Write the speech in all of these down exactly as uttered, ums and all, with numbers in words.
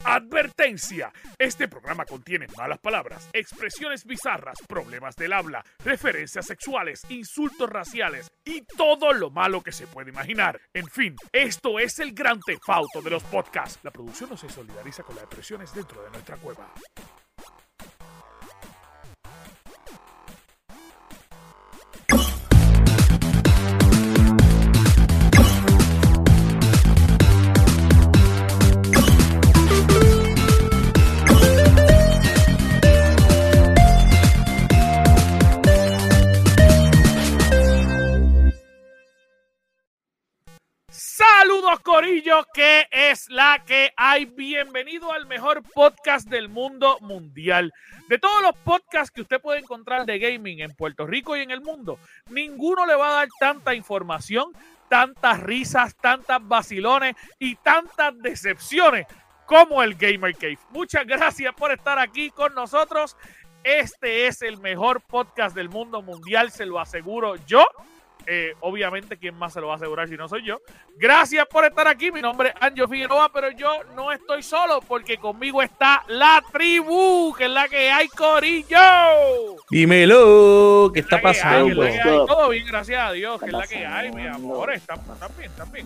Advertencia: este programa contiene malas palabras, expresiones bizarras, problemas del habla, referencias sexuales, insultos raciales y todo lo malo que se puede imaginar. En fin, esto es el Gran Theft Auto de los podcasts. La producción no se solidariza con las expresiones dentro de nuestra cueva. Saludos, corillo, ¿qué es la que hay? Bienvenido al mejor podcast del mundo mundial. De todos los podcasts que usted puede encontrar de gaming en Puerto Rico y en el mundo, ninguno le va a dar tanta información, tantas risas, tantas vacilones y tantas decepciones como el Gamer Cave. Muchas gracias por estar aquí con nosotros. Este es el mejor podcast del mundo mundial, se lo aseguro yo. Eh, obviamente, ¿quién más se lo va a asegurar si no soy yo? Gracias por estar aquí. Mi nombre es Anjo Figueroa, pero yo no estoy solo porque conmigo está la tribu, que es la que hay, corillo. Dímelo, ¿qué está pasando? Hay, hay. Todo bien, gracias a Dios, que es la que hay, mi amor. Están bien, están bien.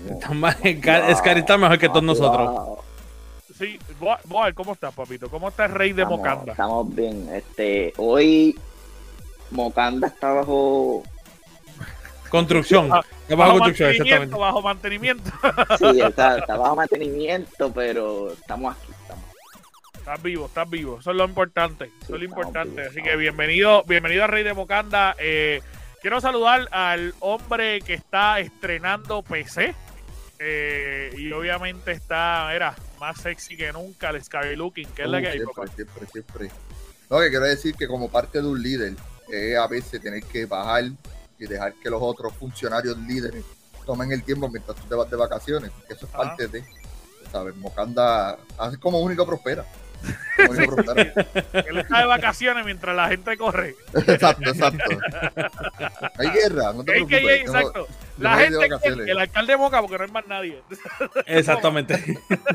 Escari está mejor que todos nosotros. Sí, Boal, ¿cómo estás, papito? ¿Cómo está el rey de estamos, Mocanda? Estamos bien. Este, hoy Mocanda está bajo construcción. Ah, bajo, bajo construcción, mantenimiento, exactamente. bajo mantenimiento. Sí, está, está bajo mantenimiento, pero estamos aquí, estamos. Estás vivo, estás vivo. Eso es lo importante. Eso Sí, es lo importante. vivos, Así que bienvenido, bienvenido al Rey de Mocanda. Eh, quiero saludar al hombre que está estrenando P C. Eh, y obviamente está, era más sexy que nunca, el Sky Looking, que es uh, la que hay, siempre, papá. siempre, siempre. No, que quiero decir que como parte de un líder, eh, a veces tener que bajar y dejar que los otros funcionarios líderes tomen el tiempo mientras tú te vas de vacaciones, porque eso es Ah. parte de, ¿sabes? Mocanda hace como único prospera. Como único prospera. Él está de vacaciones mientras la gente corre. Exacto, exacto. Hay guerra, no te Es que, preocupes. exacto. Yo La voy de gente, vacaciones. el alcalde de Moca, porque no hay más nadie. Exactamente.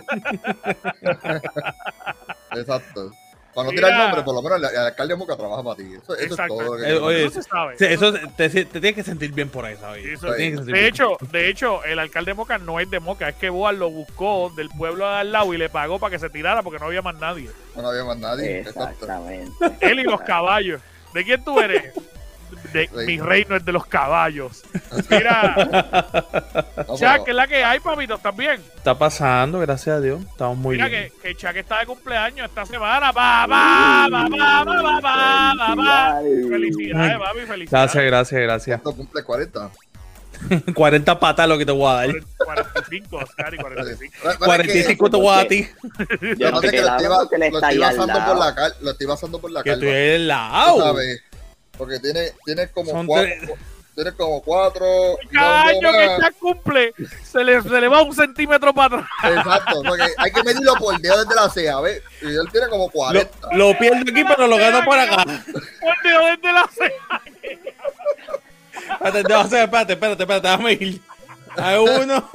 Exacto. Para no Mira. tirar el nombre, por lo menos el, el alcalde de Moca trabaja para ti. Eso, eso es Exacto. todo lo que Eh, oye, Eso se sabe. Sí, eso te, te tienes que sentir bien por ahí, ¿sabes? Eso- Te tienes que sentir De bien. hecho, de hecho, el alcalde de Moca no es de Moca, es que Boal lo buscó del pueblo de al lado y le pagó para que se tirara porque no había más nadie. no había más nadie. Exacto. Exactamente. Él y los caballos. ¿De quién tú eres? De, Rey. mi reino es de los caballos. Mira, No, Chuck, pero- que es la que hay, papito, ¿también? Está pasando, gracias a Dios. Estamos muy Mira bien. que, que Chuck está de cumpleaños esta semana. Pa, pa, pa, pa, pa, pa, pa, pa, pa. Felicidades, papi, felicidades. Gracias, gracias, gracias. ¿Cuánto cumple? cuarenta. cuarenta patas lo que te voy a dar. cuarenta y cinco, Oscar, y cuarenta y cinco. Bueno, cuarenta y es que- cinco te voy a dar a ti. Yo no Lo que sé lo qué estoy, lado porque le lo está estoy ahí al basando por la lado. cal, lo estoy basando por la Que calma. estoy al Tú lado. sabes, porque tiene, tiene como Son cuatro, tres- tiene como cuatro. y Cada dos año que más. Chuck cumple, se le, se le va un centímetro para atrás. Exacto, porque hay que medirlo por dedo desde la ceja, ¿ves? Y él tiene como Lo, cuarenta. lo pierdo aquí, pero lo gano por acá. Por Dios, desde la ceja. Espérate, espérate, espérate, espérate, espérate, déjame ir. Hay uno.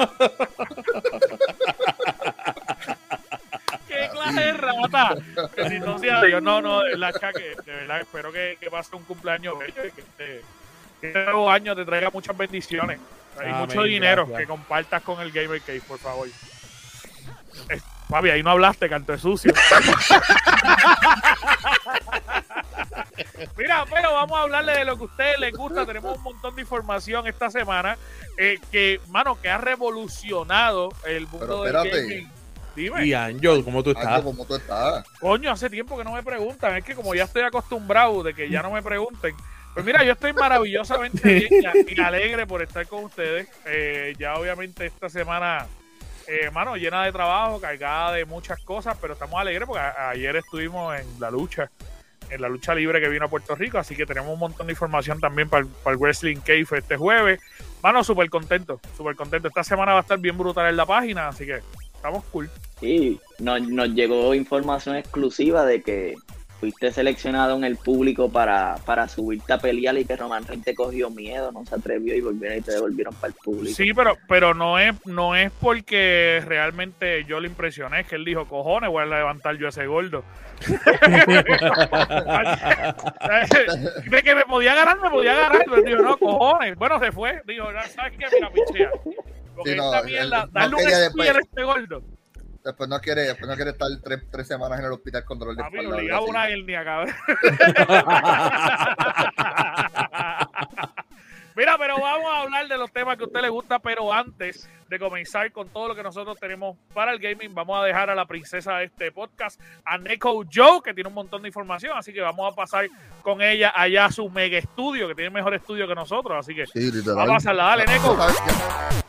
¿Qué clase de rata? Que si no sea Dios, no, no, de verdad, Chuck, que de verdad espero que, que pase un cumpleaños bello y que este, que este nuevo año te traiga muchas bendiciones y Amén, mucho dinero gracias. que compartas con el Gamer Cave, por favor. Eh, Papi, ahí no hablaste, canto de sucio. Mira, pero vamos a hablarle de lo que a ustedes les gusta. Tenemos un montón de información esta semana eh, que, mano, que ha revolucionado el mundo Pero del espérate. gaming. Dime. Y Angel, ¿cómo tú estás? Algo como tú estás. Coño, hace tiempo que no me preguntan. Es que como ya estoy acostumbrado de que ya no me pregunten. Pues mira, yo estoy maravillosamente bien y alegre por estar con ustedes. Eh, ya obviamente esta semana, eh, mano, llena de trabajo, cargada de muchas cosas, pero estamos alegres porque a- ayer estuvimos en la lucha, en la lucha libre que vino a Puerto Rico, así que tenemos un montón de información también para el, para el Wrestling Cave este jueves. Mano, súper contento, súper contento. Esta semana va a estar bien brutal en la página, así que estamos cool. Sí, nos, nos llegó información exclusiva de que fuiste seleccionado en el público para, para subirte a pelear y que Roman Reigns te cogió miedo, no se atrevió y volvieron y te devolvieron para el público. Sí, pero, pero no es, no es porque realmente yo le impresioné, es que él dijo, cojones, voy a levantar yo a ese gordo. De que me podía ganar, me podía ganar, pero dijo, no, cojones. Bueno, se fue, dijo, ¿sabes qué? Mira, pichea. Porque Sí, no, esta mierda, él no darle un quería spear a después. este gordo. Después no quiere, después no quiere estar tres, tres semanas en el hospital con dolor de Papi, espalda. obligaba algo una así. hernia, cabrón. Mira, pero vamos a hablar de los temas que a usted le gusta, pero antes de comenzar con todo lo que nosotros tenemos para el gaming, vamos a dejar a la princesa de este podcast, a Neko Joe, que tiene un montón de información, así que vamos a pasar con ella allá a su mega estudio, que tiene mejor estudio que nosotros, así que Sí, literal. vamos a pasarla, dale, Ya- Neko. ya sabes- ya-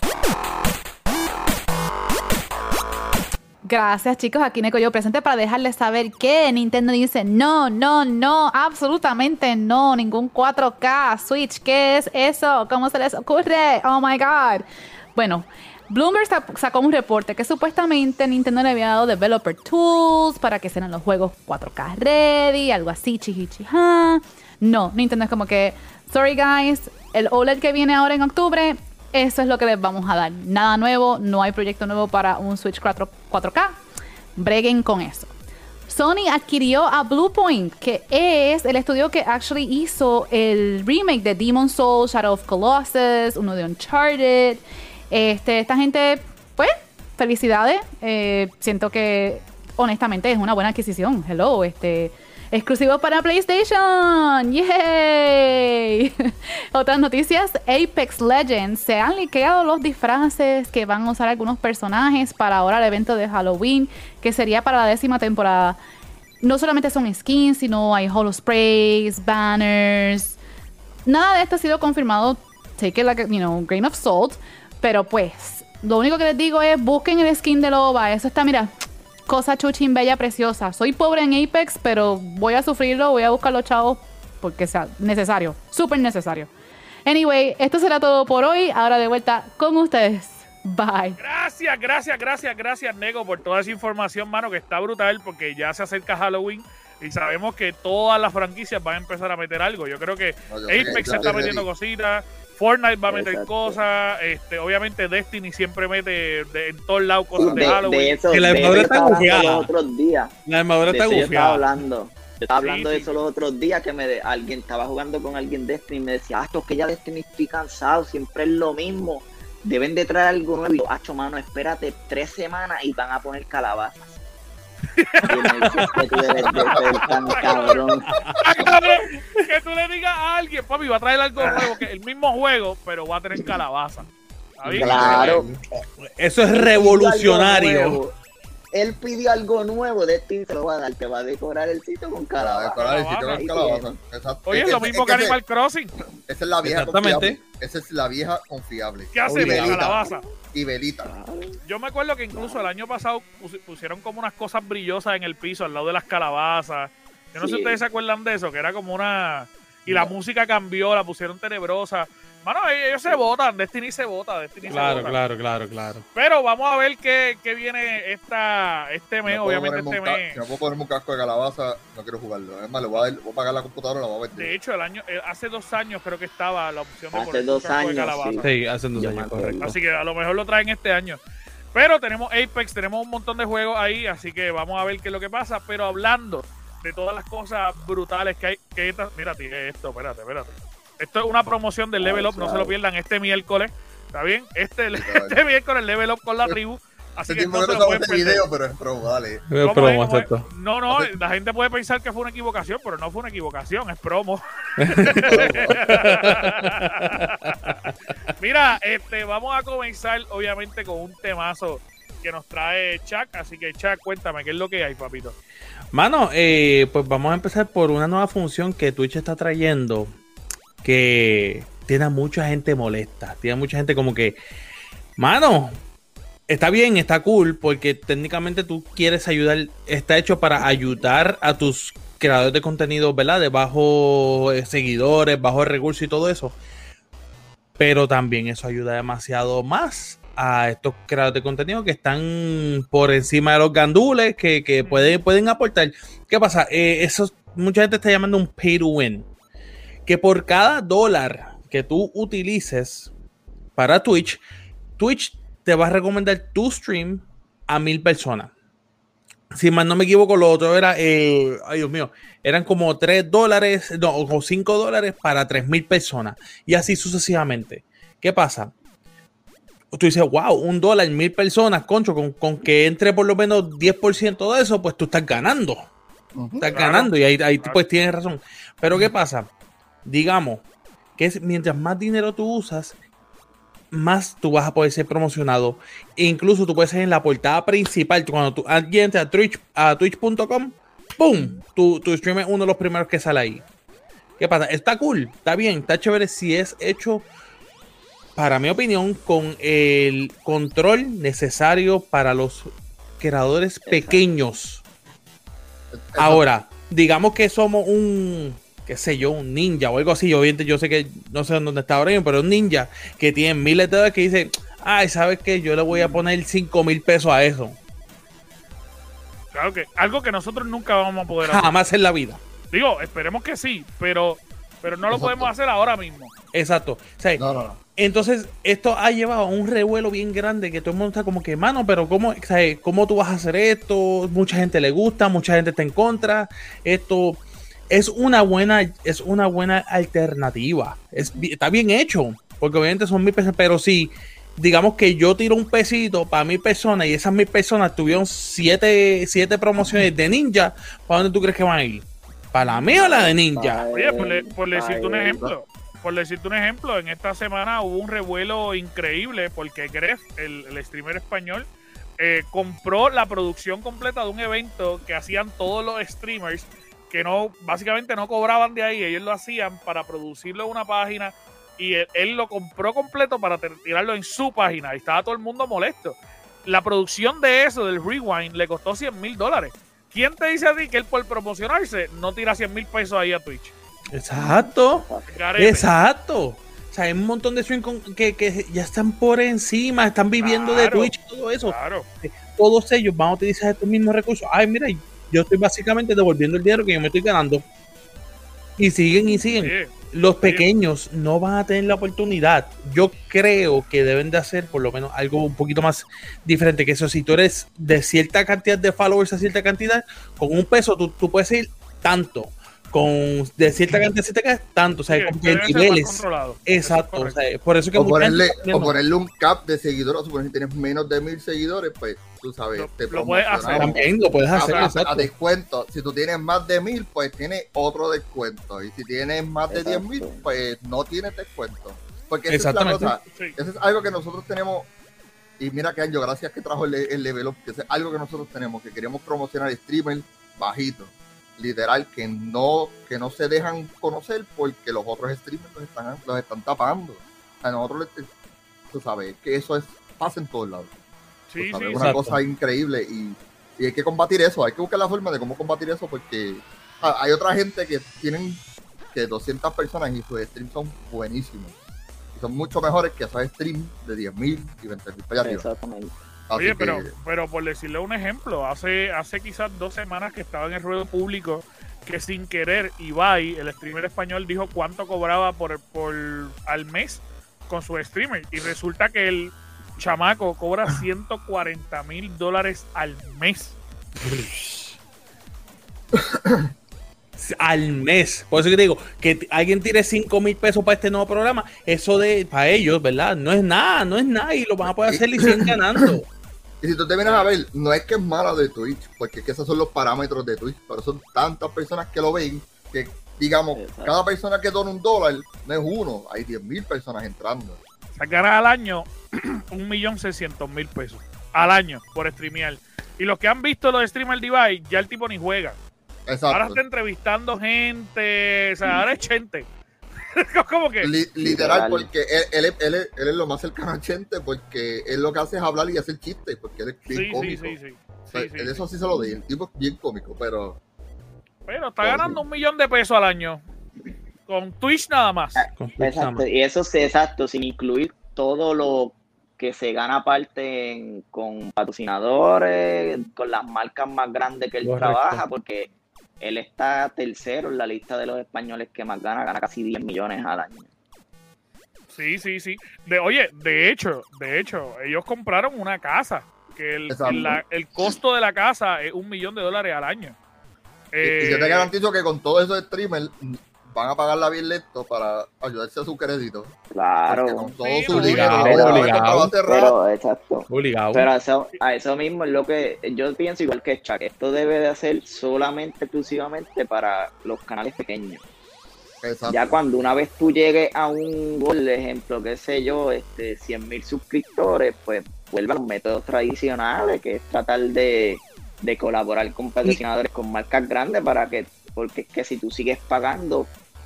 Gracias, chicos. Aquí Neko yo presente para dejarles saber que Nintendo dice no, no, no, absolutamente no, ningún cuatro K Switch. ¿Qué es eso? ¿Cómo se les ocurre? Oh my God. Bueno, Bloomberg sacó un reporte que supuestamente Nintendo le había dado developer tools para que sean los juegos cuatro K ready, algo así, chihichija. No, Nintendo es como que, sorry guys, el O L E D que viene ahora en octubre, eso es lo que les vamos a dar. Nada nuevo, no hay proyecto nuevo para un Switch cuatro K. Breguen con eso. Sony adquirió a Bluepoint, que es el estudio que actually hizo el remake de Demon's Souls, Shadow of Colossus, uno de Uncharted. Este, esta gente, pues, felicidades. Eh, siento que, honestamente, es una buena adquisición. Hello, este... exclusivo para PlayStation. ¡Yay! Otras noticias, Apex Legends. Se han liqueado los disfraces que van a usar algunos personajes para ahora el evento de Halloween, que sería para la décima temporada. No solamente son skins, sino hay holo sprays, banners. Nada de esto ha sido confirmado. Take it like a, you know, grain of salt. Pero pues, lo único que les digo es busquen el skin de Loba. Eso está, mira, cosa chuchín, bella, preciosa. Soy pobre en Apex, pero voy a sufrirlo, voy a buscar los chavos porque sea necesario, súper necesario. Anyway, esto será todo por hoy. Ahora de vuelta con ustedes. Bye. Gracias, gracias, gracias, gracias, Nego, por toda esa información, mano, que está brutal, porque ya se acerca Halloween y sabemos que todas las franquicias van a empezar a meter algo. Yo creo que No, yo sé, Apex ya se está estoy metiendo ready. cositas, Fortnite va a meter Exacto. cosas, este, obviamente Destiny siempre mete de- en todos lados cosas de, De, Halloween. de eso, Que la de armadura eso está estaba hablando bufiada. los otros días. La armadura De está eso yo estaba gufiada. hablando. Yo estaba hablando Sí, de sí. eso los otros días, que me de, alguien estaba jugando con alguien Destiny y me decía, ah, esto es que ya Destiny estoy cansado, siempre es lo mismo. Deben de traer algo nuevo. Y yo, acho, mano, espérate tres semanas y van a poner calabazas. Y me dice, es que tú debes de ser tan cabrón. Ah, cabrón, que tú le digas a alguien, papi, va a traer algo nuevo, que el mismo juego, pero va a tener calabaza. ¿Está bien? Claro. Eso es Algo revolucionario. nuevo. Él pidió algo nuevo, Destiny se lo va a dar, te va a decorar el sitio con Para calabaza. decorar el sitio con Calabaza. calabaza. Exacto. Oye, Es es lo que- mismo es que que Animal Crossing. ese- Esa es la vieja Exactamente. confiable. Esa es la vieja confiable. ¿Qué hace Y de velita. calabaza? Y velita. Yo me acuerdo que incluso el año pasado pus- pusieron como unas cosas brillosas en el piso al lado de las calabazas. Yo no sé Sí. si ustedes se acuerdan de eso, que era como una... Y la No. música cambió, la pusieron tenebrosa. Mano, ellos se votan, Destiny se vota, Destiny se Claro, vota. claro, claro, claro. Pero vamos a ver qué, qué viene esta, este mes, Si no puedo obviamente ponerme este un ca- mes. Si no puedo ponerme un casco de calabaza, no quiero jugarlo. Es más, le voy a, dar- voy a pagar la computadora y la voy a vender. De hecho, el año, eh, hace dos años creo que estaba la opción de Hace poner un dos casco de años, calabaza. sí. Sí, hacen dos Yo me años, acuerdo. correcto. Así que a lo mejor lo traen este año. Pero tenemos Apex, tenemos un montón de juegos ahí, así que vamos a ver qué es lo que pasa. Pero hablando de todas las cosas brutales que hay, que esta, mira, tiene esto, espérate, espérate. Esto es una promoción del Level Up, no se lo pierdan este miércoles, ¿está bien? Este, este miércoles Level Up con la tribu, así Hace que tiempo no que se no lo estamos pueden este perder. video, pero es promo, dale. Es ¿Cómo promo, es? ¿Cómo es? exacto. No, no, la gente puede pensar que fue una equivocación, pero no fue una equivocación, es promo. Mira, este, vamos a comenzar obviamente con un temazo que nos trae Chuck, así que Chuck, cuéntame, ¿qué es lo que hay, papito? Mano, eh, pues vamos a empezar por una nueva función que Twitch está trayendo que tiene a mucha gente molesta. Tiene a mucha gente como que, mano, está bien, está cool, porque técnicamente tú quieres ayudar, está hecho para ayudar a tus creadores de contenido, ¿verdad? De bajos eh, seguidores, bajos recursos y todo eso. Pero también eso ayuda demasiado más a estos creadores de contenido que están por encima de los gandules, que, que pueden, pueden aportar. ¿Qué pasa? Eh, eso mucha gente está llamando un pay to win. Que por cada dólar que tú utilices para Twitch, Twitch te va a recomendar tu stream a mil personas. Si más no me equivoco, lo otro era, eh, ay Dios mío, eran como tres dólares, no, o cinco dólares para tres mil personas. Y así sucesivamente. ¿Qué pasa? Tú dices, wow, un dólar, mil personas, concho, con, con que entre por lo menos diez por ciento de eso, pues tú estás ganando. Uh-huh. Estás claro, ganando y ahí, ahí claro. Pues tienes razón. Pero ¿qué pasa? Digamos que es, mientras más dinero tú usas, más tú vas a poder ser promocionado. E incluso tú puedes ser en la portada principal. Cuando tú alguien entra a Twitch, a twitch punto com, ¡pum! Tu, tu stream es uno de los primeros que sale ahí. ¿Qué pasa? Está cool, está bien, está chévere si es hecho, para mi opinión, con el control necesario para los creadores pequeños. Ahora, digamos que somos un, qué sé yo, un ninja o algo así. Obviamente yo sé que no sé dónde está ahora mismo, pero un ninja que tiene miles de dólares que dice, ay, ¿sabes qué? Yo le voy a poner cinco mil pesos a eso. Claro que algo que nosotros nunca vamos a poder hacer. Jamás en la vida. Digo, esperemos que sí, pero, pero no lo Exacto. podemos hacer ahora mismo. Exacto. O sea, No, no, no. Entonces, esto ha llevado a un revuelo bien grande que todo el mundo está como que, mano, pero ¿cómo, o sea, ¿cómo tú vas a hacer esto? Mucha gente le gusta, mucha gente está en contra. Esto es una buena, es una buena alternativa. Es, está bien hecho, porque obviamente son mil pesos, pero sí, digamos que yo tiro un pesito para mil personas y esas mil personas tuvieron siete, siete promociones de ninja, ¿para dónde tú crees que van a ir? ¿Para la mía o la de ninja? Oye, por, le, por decirte un ejemplo, por decirte un ejemplo, en esta semana hubo un revuelo increíble porque Gref, el, el streamer español, eh, compró la producción completa de un evento que hacían todos los streamers que no, básicamente no cobraban de ahí, ellos lo hacían para producirlo en una página y él, él lo compró completo para tirarlo en su página y estaba todo el mundo molesto. La producción de eso, del Rewind, le costó cien mil dólares. ¿Quién te dice a ti que él por promocionarse no tira cien mil pesos ahí a Twitch? Exacto, Garete. Exacto. O sea, hay un montón de stream que, que ya están por encima, están viviendo claro, de Twitch y todo eso. Claro. Todos ellos van a utilizar estos mismos recursos. Ay, mira, yo estoy básicamente devolviendo el dinero que yo me estoy ganando. Y siguen y siguen. Sí. Los pequeños sí. no van a tener la oportunidad. Yo creo que deben de hacer por lo menos algo un poquito más diferente. Que eso, si tú eres de cierta cantidad de followers a cierta cantidad, con un peso tú, tú puedes ir tanto. Con de cierta cantidad de cierta tanto, o sea, sí, como que niveles. Exacto, o sea, por eso que o ponerle, o ponerle un cap de seguidores, o suponer si tienes menos de mil seguidores, pues tú sabes, lo, te lo puedes hacer. También lo puedes hacer a, a, a descuento. Si tú tienes más de mil, pues tienes otro descuento. Y si tienes más de diez mil, pues no tienes descuento. Porque esa es la cosa. Sí. Eso es algo que nosotros tenemos. Y mira que Anjo, gracias que trajo el, el level up, que es algo que nosotros tenemos, que queremos promocionar streamers bajitos. Literal, que no, que no se dejan conocer porque los otros streamers los están, los están tapando. A nosotros, tú sabes, que eso es, pasa en todos lados. Sí, sí, es una exacto. cosa increíble y, y hay que combatir eso, hay que buscar la forma de cómo combatir eso porque ah, hay otra gente que tienen que doscientas personas y sus streams son buenísimos. Y son mucho mejores que esos streams de diez mil y veinte mil para arriba. Exactamente. Oye, que, pero, pero por decirle un ejemplo, hace, hace quizás dos semanas que estaba en el ruedo público que sin querer Ibai, el streamer español, dijo cuánto cobraba por, por al mes con su streamer. Y resulta que el chamaco cobra ciento cuarenta mil dólares al mes. Al mes. Por eso que te digo, que alguien tire cinco mil pesos para este nuevo programa, eso de para ellos, ¿verdad? No es nada, no es nada y lo van a poder hacer y siguen ganando. Y si tú te vienes a ver, no es que es mala de Twitch, porque es que esos son los parámetros de Twitch, pero son tantas personas que lo ven que, digamos, exacto, cada persona que dona un dólar no es uno, hay diez mil personas entrando. Sacará al año un millón seiscientos mil pesos al año por streamear. Y los que han visto los streamers de Ibai, ya el tipo ni juega. Exacto. Ahora está entrevistando gente, o sea, ahora es Chente. ¿Cómo que? Li- literal, porque él, él, él, él, él es lo más cercano a Chente, porque él lo que hace es hablar y hacer chistes, porque él es bien sí, cómico. Sí, sí, sí. O sea, sí, sí, eso sí. sí se lo di, el tipo es bien cómico, pero... Pero está ganando un millón de pesos al año. Con Twitch nada más. Con Twitch exacto, nada más. Y eso es exacto, sin incluir todo lo que se gana parte en, con patrocinadores, con las marcas más grandes que él Correcto. trabaja, porque él está tercero en la lista de los españoles que más gana, gana casi diez millones al año. Sí, sí, sí. De, oye, de hecho, de hecho, ellos compraron una casa, que el, el, la, el costo de la casa es un millón de dólares al año. Eh, y yo te garantizo que con todos esos streamers van a pagarla bien lento para ayudarse a su crédito. Claro. Porque con todo sí, su obligado, dinero, obligado. Pero, exacto. Obligado. Pero a eso, a eso mismo es lo que yo pienso, igual que Chuck. Esto debe de hacer solamente, exclusivamente para los canales pequeños. Exacto. Ya cuando una vez tú llegues a un gol, de ejemplo, qué sé yo, este cien mil suscriptores, pues vuelvan a los métodos tradicionales, que es tratar de, de colaborar con patrocinadores, con marcas grandes, para que, porque es que si tú sigues pagando,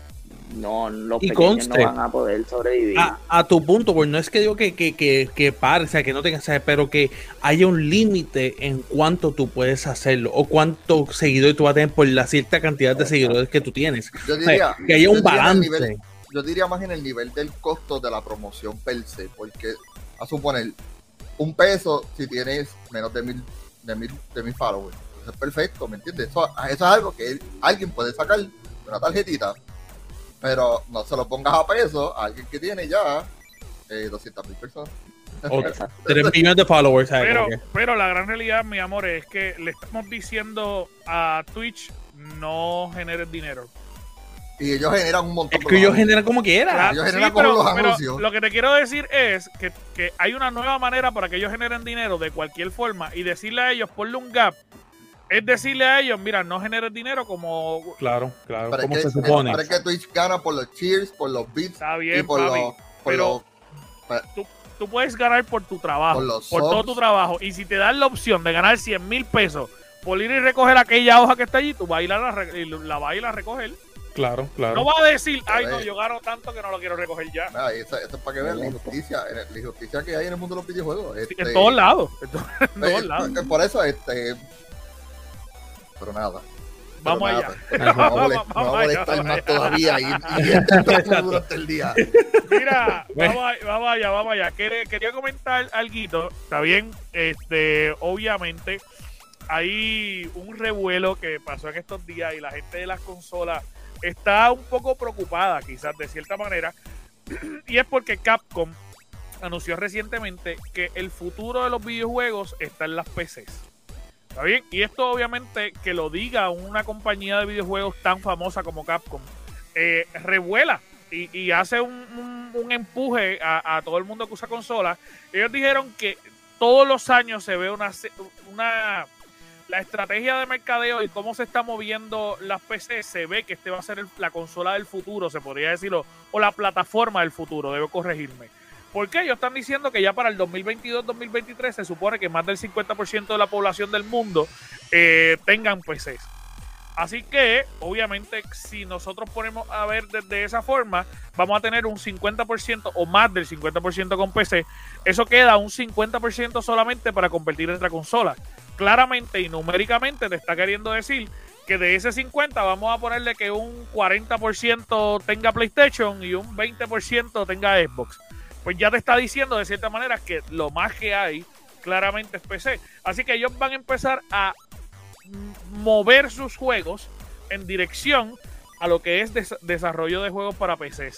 no, los y pequeños conste, no van a poder sobrevivir. A, a tu punto, pues no es que digo que, que, que, que pare, o sea, que no tengas que hacer, pero que haya un límite en cuánto tú puedes hacerlo o cuánto seguidores tú vas a tener por la cierta cantidad de seguidores que tú tienes. Yo diría, o sea, que haya un balance. Nivel, yo diría más en el nivel del costo de la promoción per se, porque a suponer un peso si tienes menos de mil, de mil, de mil followers. Eso es perfecto, ¿me entiendes? Eso, eso es algo que alguien puede sacar de una tarjetita. Pero no se lo pongas a peso a alguien que tiene ya eh, doscientas mil personas. O tres millones de followers. Pero, pero la gran realidad, mi amor, es que le estamos diciendo a Twitch no generes dinero. Y ellos generan un montón. Es que ellos generan como quieran. Claro, ellos sí, generan pero, como los pero anuncios. Lo que te quiero decir es que, que hay una nueva manera para que ellos generen dinero de cualquier forma y decirle a ellos, ponle un gap. Es decirle a ellos, mira, no generes dinero como... Claro, claro, pero como es que, se supone. Pero es que Twitch gana por los cheers, por los beats. Está bien, y por papi, los... Por pero los, tú, tú puedes ganar por tu trabajo, por, por todo tu trabajo. Y si te dan la opción de ganar cien mil pesos por ir y recoger aquella hoja que está allí, tú vas a ir a la, la, vas a ir a recoger. Claro, claro. No vas a decir, ay, no, yo gano tanto que no lo quiero recoger ya. Nah, eso, eso es para que vean la injusticia, la injusticia que hay en el mundo de los videojuegos. Este, en todos lados. En, to en todos eh, lados. Por eso, este... Pero nada. Vamos pero allá. Nada, me va a molestar más todavía y, y durante el día. Mira, vamos, a, vamos allá, vamos allá. Quería, quería comentar algo, está bien. Este, obviamente, hay un revuelo que pasó en estos días y la gente de las consolas está un poco preocupada, quizás de cierta manera, y es porque Capcom anunció recientemente que el futuro de los videojuegos está en las P Cs. ¿Está bien? Y esto obviamente que lo diga una compañía de videojuegos tan famosa como Capcom, eh, revuela y, y hace un, un, un empuje a, a todo el mundo que usa consolas. Ellos dijeron que todos los años se ve una, una la estrategia de mercadeo y cómo se está moviendo las P C, se ve que este va a ser el, la consola del futuro, se podría decirlo, o la plataforma del futuro, debo corregirme. ¿Por qué? Ellos están diciendo que ya para el dos mil veintidós dos mil veintitrés se supone que más del cincuenta por ciento de la población del mundo eh, tengan P Cs. Así que, obviamente, si nosotros ponemos a ver desde esa forma, vamos a tener un cincuenta por ciento o más del cincuenta por ciento con P C. Eso queda un cincuenta por ciento solamente para competir entre consolas. Claramente y numéricamente te está queriendo decir que de ese cincuenta vamos a ponerle que un cuarenta por ciento tenga PlayStation y un veinte por ciento tenga Xbox. Pues ya te está diciendo de cierta manera que lo más que hay claramente es P C. Así que ellos van a empezar a mover sus juegos en dirección a lo que es des desarrollo de juegos para P Cs.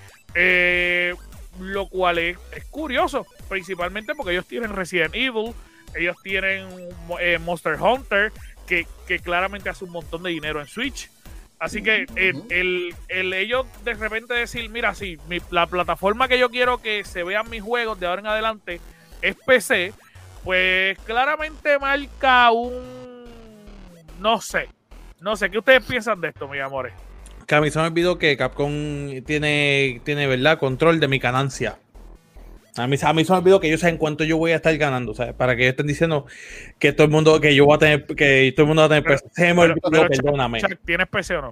Eh, lo cual es, es curioso, principalmente porque ellos tienen Resident Evil, ellos tienen eh, Monster Hunter, que, que claramente hace un montón de dinero en Switch. Así que el, el, el ellos de repente decir, mira, sí, mi, la plataforma que yo quiero que se vean mis juegos de ahora en adelante es P C, pues claramente marca un... No sé, no sé, ¿qué ustedes piensan de esto, mis amores? Que a mí se me olvidó que Capcom tiene, tiene ¿verdad?, control de mi ganancia. A mí, a mí se me olvidó que yo sé en cuánto yo voy a estar ganando, ¿sabes? Para que ellos estén diciendo que todo el mundo, que yo voy a tener, que todo el mundo va a tener pero, P C. Se me olvidó, pero, perdóname. Chuck, ¿tienes P C o no?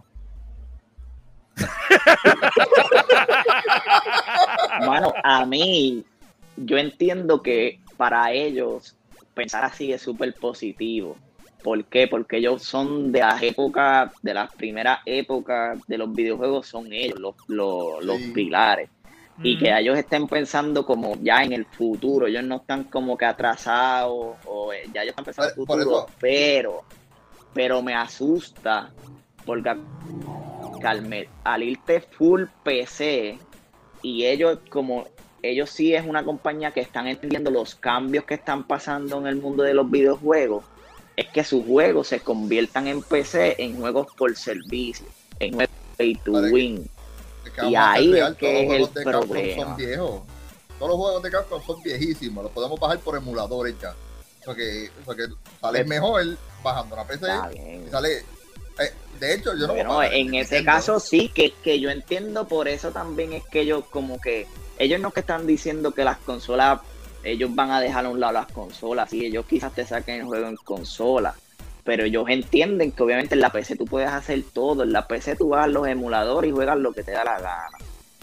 Bueno, a mí, yo entiendo que para ellos pensar así es súper positivo. ¿Por qué? Porque ellos son de las épocas, de las primeras épocas de los videojuegos, son ellos los, los, los sí. pilares. y que ellos estén pensando como ya en el futuro, ellos no están como que atrasados o ya ellos están pensando en el futuro, pero pero me asusta porque Calmet, al irte full P C y ellos como ellos sí es una compañía que están entendiendo los cambios que están pasando en el mundo de los videojuegos, es que sus juegos se conviertan en P C en juegos por servicio, en juegos pay to win. Y ahí es que es el problema. Son viejos. Todos los juegos de Capcom son viejísimos. Los podemos bajar por emuladores ya. Porque, porque sale es, mejor bajando la P C. Y sale, eh, de hecho, yo no bueno, voy a en ese caso sí, que, que yo entiendo. Por eso también es que ellos como que ellos no que están diciendo que las consolas, ellos van a dejar a un lado las consolas. Sí, ellos quizás te saquen el juego en consola. Pero ellos entienden que obviamente en la P C tú puedes hacer todo. En la P C tú vas a los emuladores y juegas lo que te da la gana.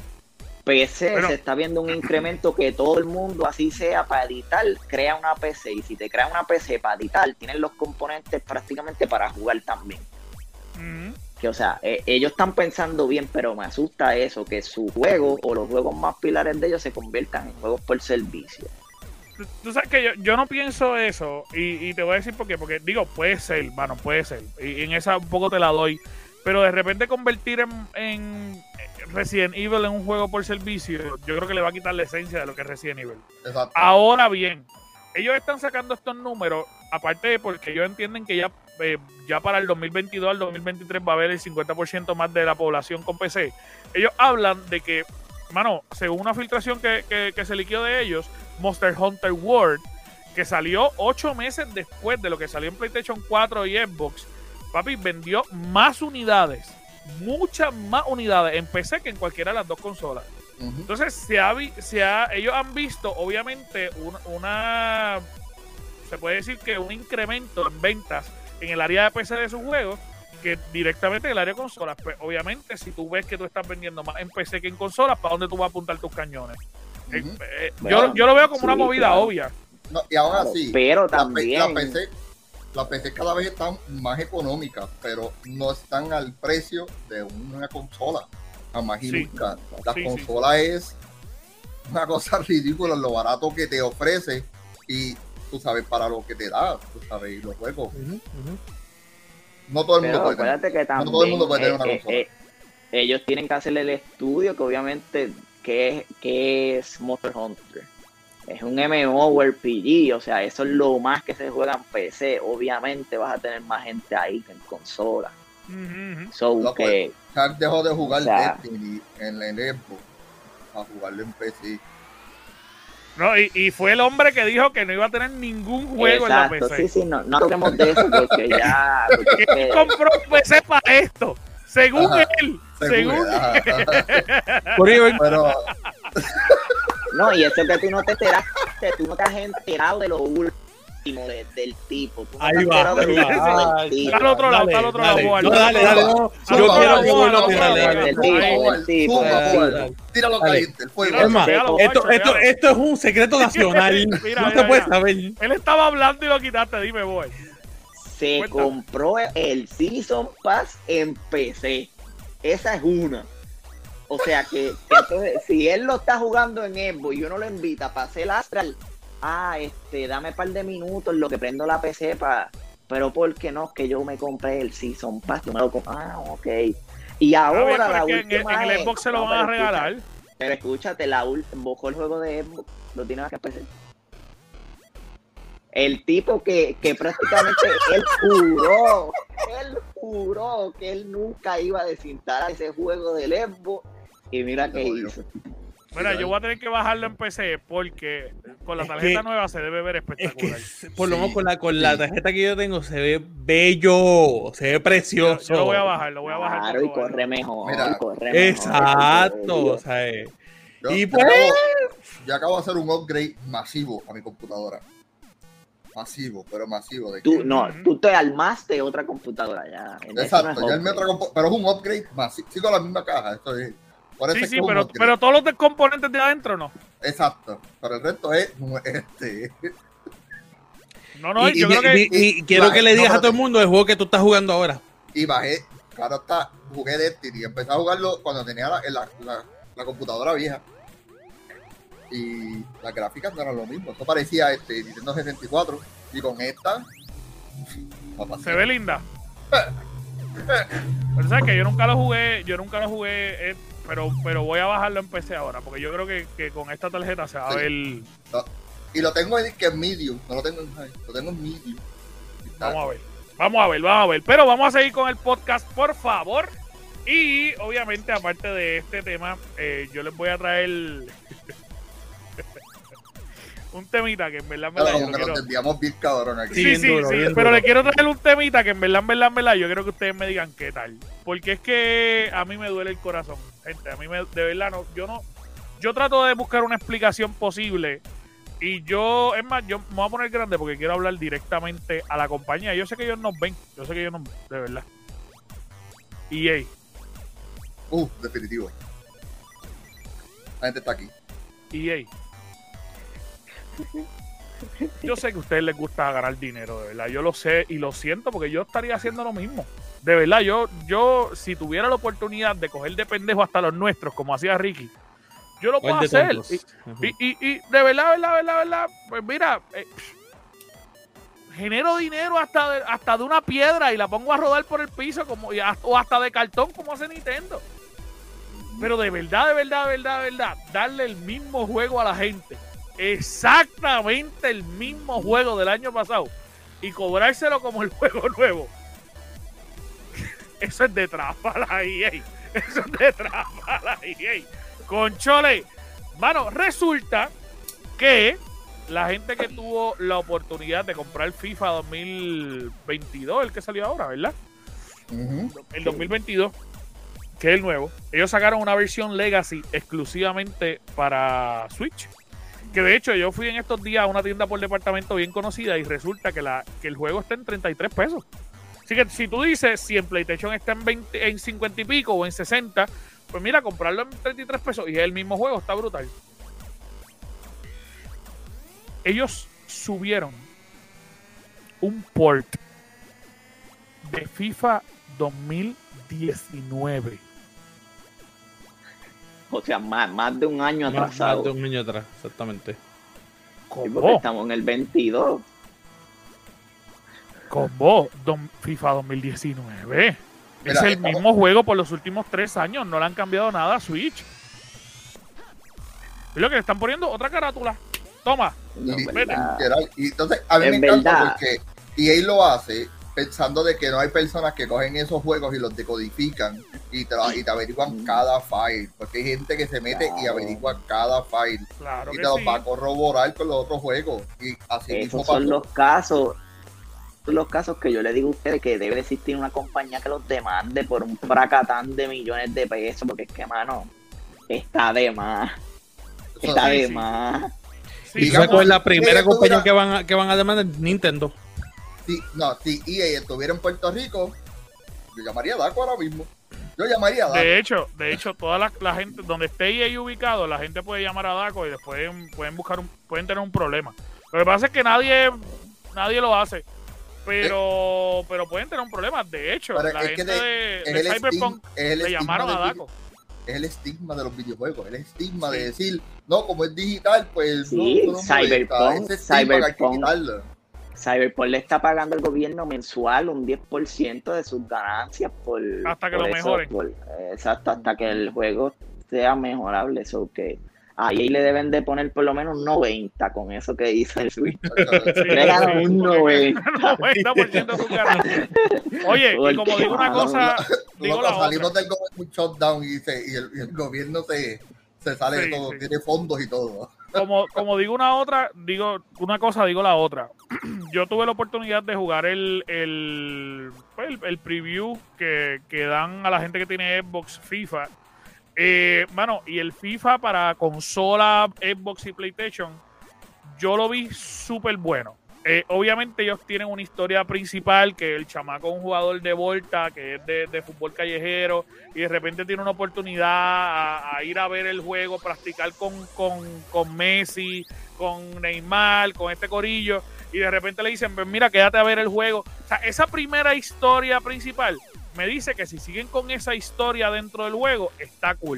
P C bueno, se está viendo un incremento que todo el mundo, así sea para editar, crea una P C. Y si te crea una P C para editar, tienen los componentes prácticamente para jugar también. Uh-huh. Que o sea, eh, ellos están pensando bien, pero me asusta eso, que su juego o los juegos más pilares de ellos se conviertan en juegos por servicio. Tú sabes que yo, yo no pienso eso y, y te voy a decir por qué, porque digo, puede ser, bueno, puede ser, y en esa un poco te la doy, pero de repente convertir en, en Resident Evil en un juego por servicio, yo creo que le va a quitar la esencia de lo que es Resident Evil. Exacto. Ahora bien, ellos están sacando estos números, aparte de porque ellos entienden que ya, eh, ya para el dos mil veintidós al dos mil veintitrés va a haber el cincuenta por ciento más de la población con P C. Ellos hablan de que, mano, según una filtración que, que, que se liquidó de ellos, Monster Hunter World, que salió ocho meses después de lo que salió en PlayStation cuatro y Xbox, papi, vendió más unidades, muchas más unidades en P C que en cualquiera de las dos consolas. Uh-huh. Entonces, se ha, se ha, ellos han visto, obviamente, un, una, se puede decir que un incremento en ventas en el área de P C de sus juegos, que directamente en el área de consolas. Pues obviamente, si tú ves que tú estás vendiendo más en P C que en consolas, ¿para dónde tú vas a apuntar tus cañones? Uh-huh. eh, eh, bueno, yo, yo lo veo como sí, una movida claro. obvia. No, y ahora claro, sí, pero también la P C, la P C cada vez están más económicas, pero no están al precio de una consola. Jamás y sí. nunca. La sí, consola sí. es una cosa ridícula, lo barato que te ofrece y tú sabes para lo que te da, tú sabes, y los juegos. Uh-huh, uh-huh. No todo el mundo puede tener, que también, no todo el mundo puede tener eh, una consola. Eh, eh, ellos tienen que hacerle el estudio que obviamente que es, que es Monster Hunter. Es un M M O R P G, o sea, eso es lo más que se juega en P C. Obviamente vas a tener más gente ahí que en consola. Uh-huh. So no, que Jack dejó de jugar o sea, Destiny en el Xbox a jugarlo en P C. No, y, y fue el hombre que dijo que no iba a tener ningún juego exacto, en la P C. Sí, sí, no, no hablemos de eso porque ya... Porque ¿quién compró un P C para esto? Según Ajá, él. Según, según él. Pero... No, y eso que tú no te enteraste, tú no te has enterado de lo último de, del tipo. Tú no ahí va, ahí va. Está al otro lado, está al otro lado. No, dale, dale. No, yo quiero que vos lo tires. Tíralo caliente, el fuego. Es más, esto, esto, esto es un secreto nacional. Mira, no te puedes saber. Él estaba hablando y lo quitaste, dime, boy. Se Cuenta. compró el Season Pass en P C. Esa es una. O sea que, que entonces, si él lo está jugando en Xbox y yo no lo invita para hacer el Astral, ah, este, dame un par de minutos lo que prendo la P C para... Pero ¿por qué no? Que yo me compré el Season Pass, yo me lo compré. Ah, ok. Y ahora bien, la última en, en el Xbox se lo no, van a regalar. Escúchate, pero escúchate, la última, buscó el juego de Xbox, lo tiene acá en P C. El tipo que, que prácticamente él juró, él juró que él nunca iba a desinstalar ese juego del Xbox y mira qué hizo. Mira, yo voy a tener que bajarlo en P C porque con la tarjeta que, nueva se debe ver espectacular. Es que, por lo menos sí, con la con sí. la tarjeta que yo tengo se ve bello, se ve precioso. Yo, yo lo voy a bajar, lo voy a bajar. Claro, y corre mejor. Mira, corre exacto, mejor, o sea, eh. yo, y yo pues acabo, yo acabo de hacer un upgrade masivo a mi computadora. Masivo, pero masivo. ¿De tú, no, tú te armaste otra computadora ya. Exacto, no ya armé otra computadora, pero es un upgrade masivo. Sigo la misma caja, esto es. Sí, sí, pero, pero todos los componentes de adentro no. Exacto, pero el resto es este. No, no, y, yo y, creo que. Y, y, y quiero bajé, que le digas no, a todo el mundo el juego que tú estás jugando ahora. Y bajé, claro está, jugué Destiny y empecé a jugarlo cuando tenía la, la, la, la computadora vieja. y las gráficas no eran lo mismo. Eso parecía este Nintendo sesenta y cuatro y con esta se ve linda. Pero sabes que yo nunca lo jugué, yo nunca lo jugué, eh, pero pero voy a bajarlo en P C ahora, porque yo creo que, que con esta tarjeta se va sí. a ver. No. Y lo tengo en que es medium, no lo tengo en high, lo tengo en medium. Vamos a ver, vamos a ver, vamos a ver. Pero vamos a seguir con el podcast, por favor. Y obviamente, aparte de este tema, eh, yo les voy a traer un temita que en verdad me claro, la yo no quiero... nos bien cabrón aquí. Sí, sí, duro, sí, pero duro. Le quiero traer un temita que en verdad, en verdad, en verdad, yo quiero que ustedes me digan qué tal. Porque es que a mí me duele el corazón, gente. A mí me, de verdad, no, yo no, yo trato de buscar una explicación posible. Y yo, es más, yo me voy a poner grande porque quiero hablar directamente a la compañía. Yo sé que ellos nos ven, yo sé que ellos nos ven, de verdad. E A. Uh, definitivo. La gente está aquí. E A. Yo sé que a ustedes les gusta ganar dinero, de verdad. Yo lo sé y lo siento porque yo estaría haciendo lo mismo. De verdad, yo, yo si tuviera la oportunidad de coger de pendejo hasta los nuestros, como hacía Ricky, yo lo puedo hacer. Y, uh-huh. y, y, y de verdad, verdad, verdad, verdad, pues mira, eh, genero dinero hasta de, hasta de una piedra y la pongo a rodar por el piso como, y hasta, o hasta de cartón como hace Nintendo. Pero de verdad, de verdad, de verdad, de verdad, darle el mismo juego a la gente. Exactamente el mismo juego del año pasado y cobrárselo como el juego nuevo. Eso es de trampa a la E A. Eso es de trampa a la E A. Conchole, mano, resulta que la gente que tuvo la oportunidad de comprar el FIFA dos mil veintidós, el que salió ahora, ¿verdad? Uh-huh. El dos mil veintidós, que es el nuevo, ellos sacaron una versión Legacy exclusivamente para Switch. Que de hecho yo fui en estos días a una tienda por departamento bien conocida y resulta que, la, que el juego está en treinta y tres pesos. Así que si tú dices si en PlayStation está en, veinte, en cincuenta y pico o en sesenta, pues mira, comprarlo en treinta y tres pesos y es el mismo juego, está brutal. Ellos subieron un port de FIFA dos mil diecinueve. O sea, más, más de un año más, atrasado. Más de un año atrás, exactamente. ¿Cómo? Porque estamos en el veintidós. ¿Cómo? Don, FIFA dos mil diecinueve. Mira, es el estamos... mismo juego por los últimos tres años. No le han cambiado nada a Switch. Es lo que le están poniendo otra carátula. Toma. No, vete. Y entonces, a mí en me encanta verdad. Porque E A lo hace pensando de que no hay personas que cogen esos juegos y los decodifican y te, y te averiguan mm. cada file, porque hay gente que se mete claro. y averigua cada file claro y te los sí. va a corroborar con los otros juegos y así esos mismo son pasó. los casos son los casos que yo le digo a ustedes que debe existir una compañía que los demande por un fracatán de millones de pesos, porque es que mano está de más Eso está sí, de sí. más sí, y digamos, es la primera compañía tuviera... que van a, que van a demandar Nintendo. Si, no, si E A estuviera en Puerto Rico, yo llamaría a Daco ahora mismo. Yo llamaría a Daco. De hecho, de hecho, toda la, la gente, donde esté E A ubicado, la gente puede llamar a Daco y después pueden, pueden buscar un, pueden tener un problema. Lo que pasa es que nadie, nadie lo hace. Pero, ¿Eh? pero pueden tener un problema. De hecho, pero la gente de, de, de Cyberpunk le llamaron a Daco. Es el estigma de los videojuegos, el estigma sí. de decir, no, como es digital, pues sí, no, no Cyberpunk, Ese Cyberpunk. Cyberpunk le está pagando al gobierno mensual un diez por ciento de sus ganancias por hasta que por lo eso, mejoren. Por, exacto, hasta que el juego sea mejorable. Eso que ahí le deben de poner por lo menos noventa con eso que hizo el Switch. Le ganan un noventa. noventa por ciento de sus ganancias. Oye, porque, y como digo una cosa, no, digo no, la salimos otra. del government shutdown y, se, y, el, y el gobierno se, se sale sí, de todo, sí. tiene fondos y todo. Como, como digo una otra, digo una cosa, digo la otra. Yo tuve la oportunidad de jugar el el, el, el preview que, que dan a la gente que tiene Xbox FIFA. Eh, mano, y el FIFA para consola, Xbox y PlayStation, yo lo vi súper bueno. Eh, obviamente ellos tienen una historia principal, que el chamaco es un jugador de Volta, que es de, de fútbol callejero, y de repente tiene una oportunidad a, a ir a ver el juego, practicar con, con, con Messi, con Neymar, con este corillo, y de repente le dicen, pues mira, quédate a ver el juego. O sea, esa primera historia principal me dice que si siguen con esa historia dentro del juego, está cool.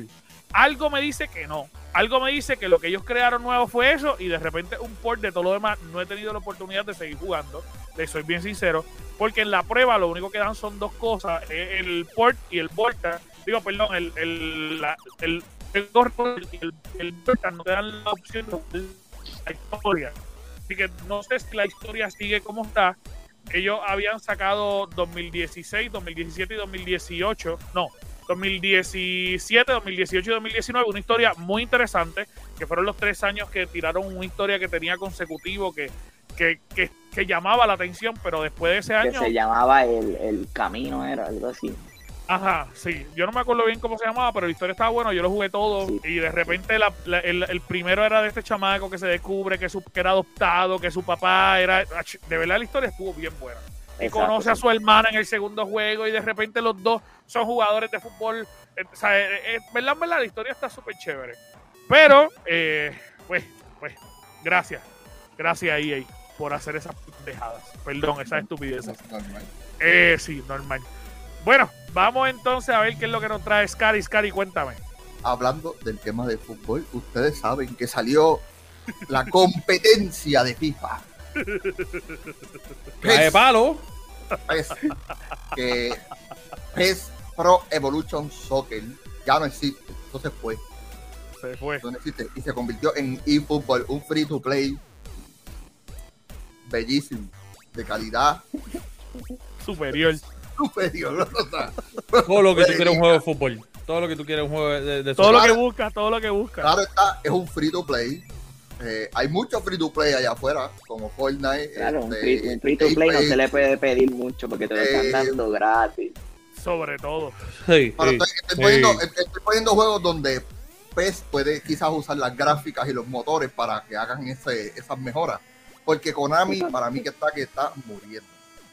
algo me dice que no. Algo me dice que lo que ellos crearon nuevo fue eso y de repente un port de todo lo demás. No he tenido la oportunidad de seguir jugando, les soy bien sincero, porque en la prueba lo único que dan son dos cosas, el port y el Volta. Digo, perdón, el el la, el, el, el, el, el Volta no te dan la opción de la historia. Así que no sé si la historia sigue como está. Ellos habían sacado dos mil dieciséis, dos mil diecisiete y dos mil dieciocho. No, dos mil diecisiete, dos mil dieciocho y dos mil diecinueve. Una historia muy interesante, que fueron los tres años que tiraron una historia que tenía consecutivo, que, que, que, que llamaba la atención, pero después de ese año... Que se llamaba el, el Camino, era algo así. Ajá, sí. Yo no me acuerdo bien cómo se llamaba, pero la historia estaba buena. Yo lo jugué todo. Sí. Y de repente la, la, el, el primero era de este chamaco que se descubre que, su, que era adoptado, que su papá era... De verdad la historia estuvo bien buena. Y exacto, conoce a su hermana en el segundo juego y de repente los dos son jugadores de fútbol. O sea, eh, eh, verdad, verdad, la historia está súper chévere. Pero, eh, pues, pues, gracias. Gracias E A por hacer esas pendejadas. Perdón, esas estupideces. Eh, sí, normal. Bueno, vamos entonces a ver qué es lo que nos trae Scary. Scary, cuéntame. Hablando del tema de fútbol, ustedes saben que salió la competencia de FIFA. PES, de palo. PES, que PES Pro Evolution Soccer ya no existe, eso se fue. Se fue. No existe y se convirtió en eFootball, un free to play bellísimo, de calidad superior. Superior, todo lo que tú quieres un juego de fútbol, todo lo que tú quieres un juego de, de todo lo que buscas, todo lo que buscas. Claro está, es un free to play. Eh, hay muchos free to play allá afuera, como Fortnite. Claro, este, un, free, un free to play no se le puede pedir mucho porque te lo están eh, dando gratis. Sobre todo. Sí, Pero sí, estoy, estoy, sí. Poniendo, estoy poniendo juegos donde PES puede quizás usar las gráficas y los motores para que hagan ese, esas mejoras. Porque Konami, para mí que está que está muriendo.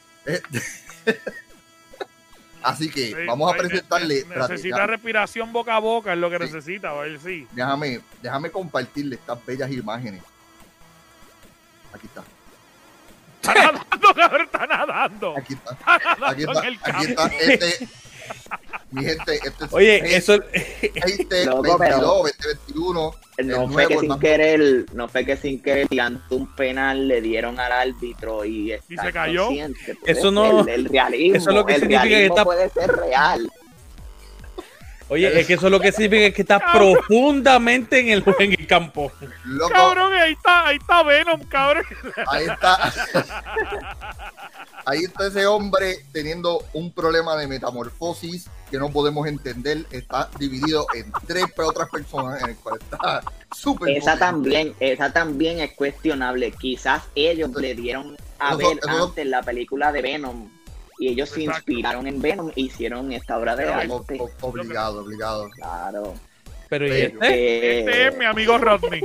Así que sí, vamos a presentarle. Ne- necesita ya. respiración boca a boca, es lo que sí. necesita, a ver si. Déjame, déjame compartirle estas bellas imágenes. Aquí está. Está nadando, cabrón, está nadando. Aquí está. Está nadando aquí está. En el aquí está. Este, mi gente, este es Oye, veinte, eso. veinte veintidós, veinte veintiuno. No fue, que sin querer, no fue que sin querer tirando un penal le dieron al árbitro y, y se cayó. Eso no. El, el realismo, eso es lo que el significa que está. Puede ser real. Oye, es que eso es lo que significa que está cabrón. profundamente en el, en el campo. Loco. Cabrón, ahí está, ahí está Venom, cabrón. Ahí está. Ahí está ese hombre teniendo un problema de metamorfosis que no podemos entender. Está dividido en tres otras personas en el cual está súper. Esa también, esa también es cuestionable. Quizás ellos le dieron a eso, ver eso, antes la película de Venom. Y ellos se Exacto. inspiraron en Venom e hicieron esta obra de arte. Obligado, obligado. Claro. Pero ¿y este? Eh... este es mi amigo Rodney.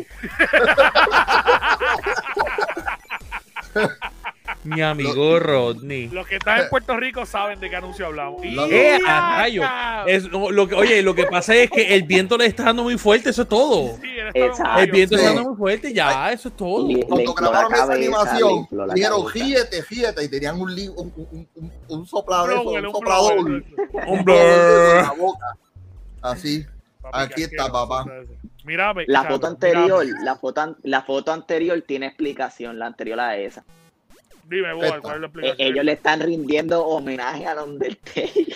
Mi amigo Rodney. Los que están en Puerto Rico saben de qué anuncio hablamos. ¡Eh, a rayo! Es, lo que, oye, lo que pasa es que el viento le está dando muy fuerte, eso es todo. Sí, el viento sí. está dando muy fuerte, ya, eso es todo. Le, Cuando le grabaron esa animación, dijeron, fíjate, fíjate, y tenían un, un, un, un, un soplador, un, un soplador. Un blur. Así. Papi, aquí está, papá. Mírame, la Chano, foto anterior, mírame. la foto, la foto anterior tiene explicación, la anterior a esa. Dime, Boal, ¿cuál es la explicación? Ellos le están rindiendo homenaje a Undertaker.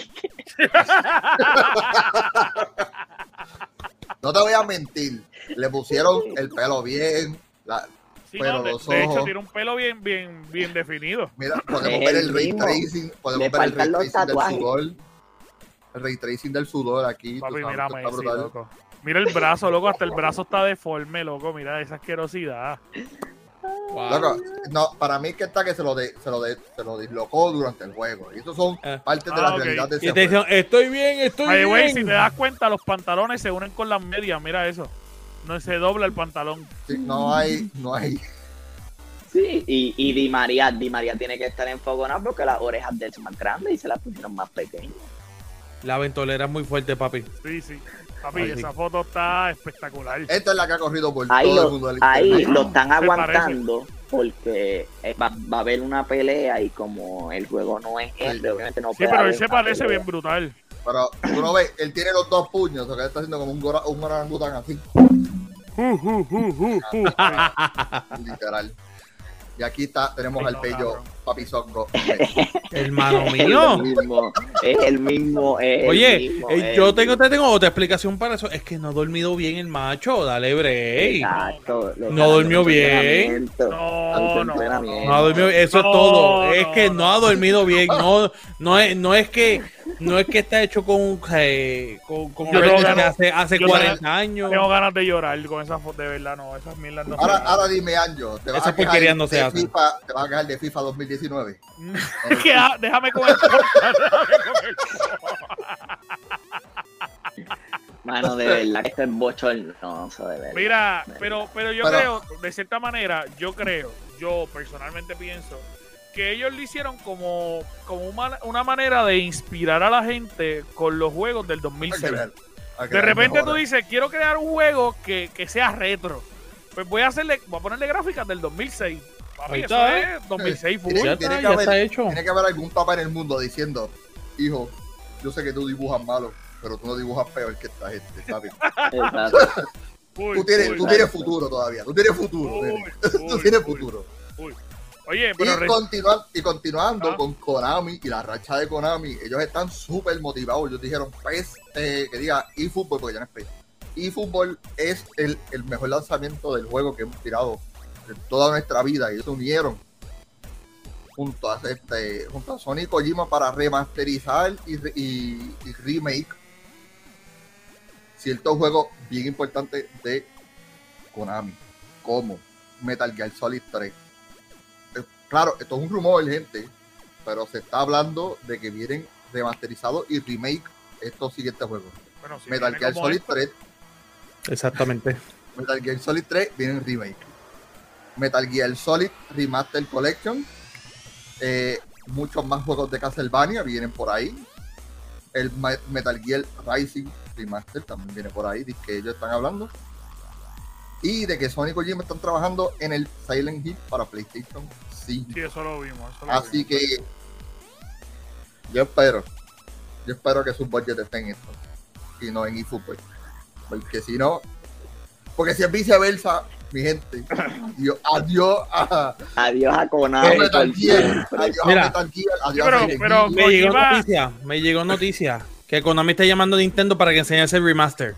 No te voy a mentir, le pusieron el pelo bien, la, sí, pero no, de, los ojos. De hecho, tiene un pelo bien, bien, bien definido. Mira, podemos ver el, el ray tracing, podemos ver el ray tracing del sudor. El ray tracing del sudor aquí. Papi, mírame, sí, loco. Mira el brazo, loco, hasta el brazo está deforme, loco, mira esa asquerosidad. Wow. Loco, no, para mí que está que se lo, de, se, lo de, se lo dislocó durante el juego. Y estos son eh. partes de ah, la okay. realidad de ese y te juego. Dicen, estoy bien, estoy Ay, bien. Güey, si te das cuenta, los pantalones se unen con las medias, mira eso. No se dobla el pantalón. Sí, no hay, no hay. Sí, y, y Di María, Di María tiene que estar enfogonado porque las orejas de él son más grandes y se las pusieron más pequeñas. La ventolera es muy fuerte, papi. Sí, sí. Papi, Ay, esa sí. foto está espectacular. Esta es la que ha corrido por ahí todo lo, el mundo. Del ahí lo están aguantando porque va, va a haber una pelea y como el juego no es este, obviamente no Sí, pero él se parece pelea. bien brutal. Pero tú no ves, él tiene los dos puños, o que él está haciendo como un, gora, un orangután así. Uh, uh, uh, uh, uh. Literal. Y aquí está, tenemos al bello Papi Songo. Hermano mío. Es el mismo, es el mismo. Es Oye, el mismo, eh, es yo el tengo, mismo. te tengo otra explicación para eso. Es que no ha dormido bien el macho. Dale break. Exacto. No durmió bien. No, no, No ha dormido, eso es No, todo. Es no, que no. no ha dormido bien. No, no es, no es que, no es que está hecho con, eh, con, con Yo tengo desde ganas- hace, hace yo cuarenta años. Tengo ganas de llorar con esas fotos, de verdad, no, esas mierdas no Ahora, se- ahora dime, Anjo, ¿te vas Esa a quejar porquería no se de hace. FIFA, te vas a quejar de FIFA dos mil diecinueve? Es que, ah, déjame con el podcast, déjame con el Mano, de verdad que esto es bochornoso, de verdad. Mira, pero, pero yo Pero- creo, de cierta manera, yo creo, yo personalmente pienso que ellos lo hicieron como, como una, una manera de inspirar a la gente con los juegos del dos mil Hay que seis. ver, hay que De ver repente mejor. tú dices, quiero crear un juego que, que sea retro. Pues voy a hacerle, voy a ponerle gráficas del dos mil seis. Papi, Ahí eso está, es dos mil seis full. Tiene, Ya tiene está, que ya haber, está hecho. tiene que haber algún papá en el mundo diciendo, hijo, yo sé que tú dibujas malo, pero tú no dibujas peor que esta gente, ¿sabes? Exacto. Uy, Tú tienes, uy, tú tienes futuro todavía, tú tienes futuro, uy, nene. uy, tú tienes uy, futuro. uy. Oye, pero Y, re- continua- y continuando Ah. con Konami y la racha de Konami, ellos están súper motivados. Ellos dijeron P E S, eh, que diga eFootball, porque ya no es P E S. eFootball es el, el mejor lanzamiento del juego que hemos tirado en toda nuestra vida. Y ellos se unieron junto a, este, junto a Sony y Kojima para remasterizar y, re- y, y remake ciertos juegos bien importantes de Konami, como Metal Gear Solid tres. Claro, esto es un rumor, gente, pero se está hablando de que vienen remasterizados y remake estos siguientes juegos. bueno, si Metal viene Gear como Solid esto, tres, Exactamente. Metal Gear Solid tres viene en remake. Metal Gear Solid Remaster Collection, eh, muchos más juegos de Castlevania vienen por ahí. El Ma- Metal Gear Rising Remaster también viene por ahí, de que ellos están hablando. Y de que Sony y Kojima están trabajando en el Silent Hill para PlayStation cinco. sí, eso lo vimos. Eso lo Así vimos. que yo espero, yo espero que sus budgets estén en esto y no en eFootball, porque si no, porque si es viceversa, mi gente, adiós, adiós a, Adiós a a Konami. Metal por Gear, siempre. adiós Mira. a Metal Gear, adiós pero- a Silent pero- Hill. Me llegó Kojima- noticia, me llegó noticia que Konami está llamando a Nintendo para que enseñe ese remaster.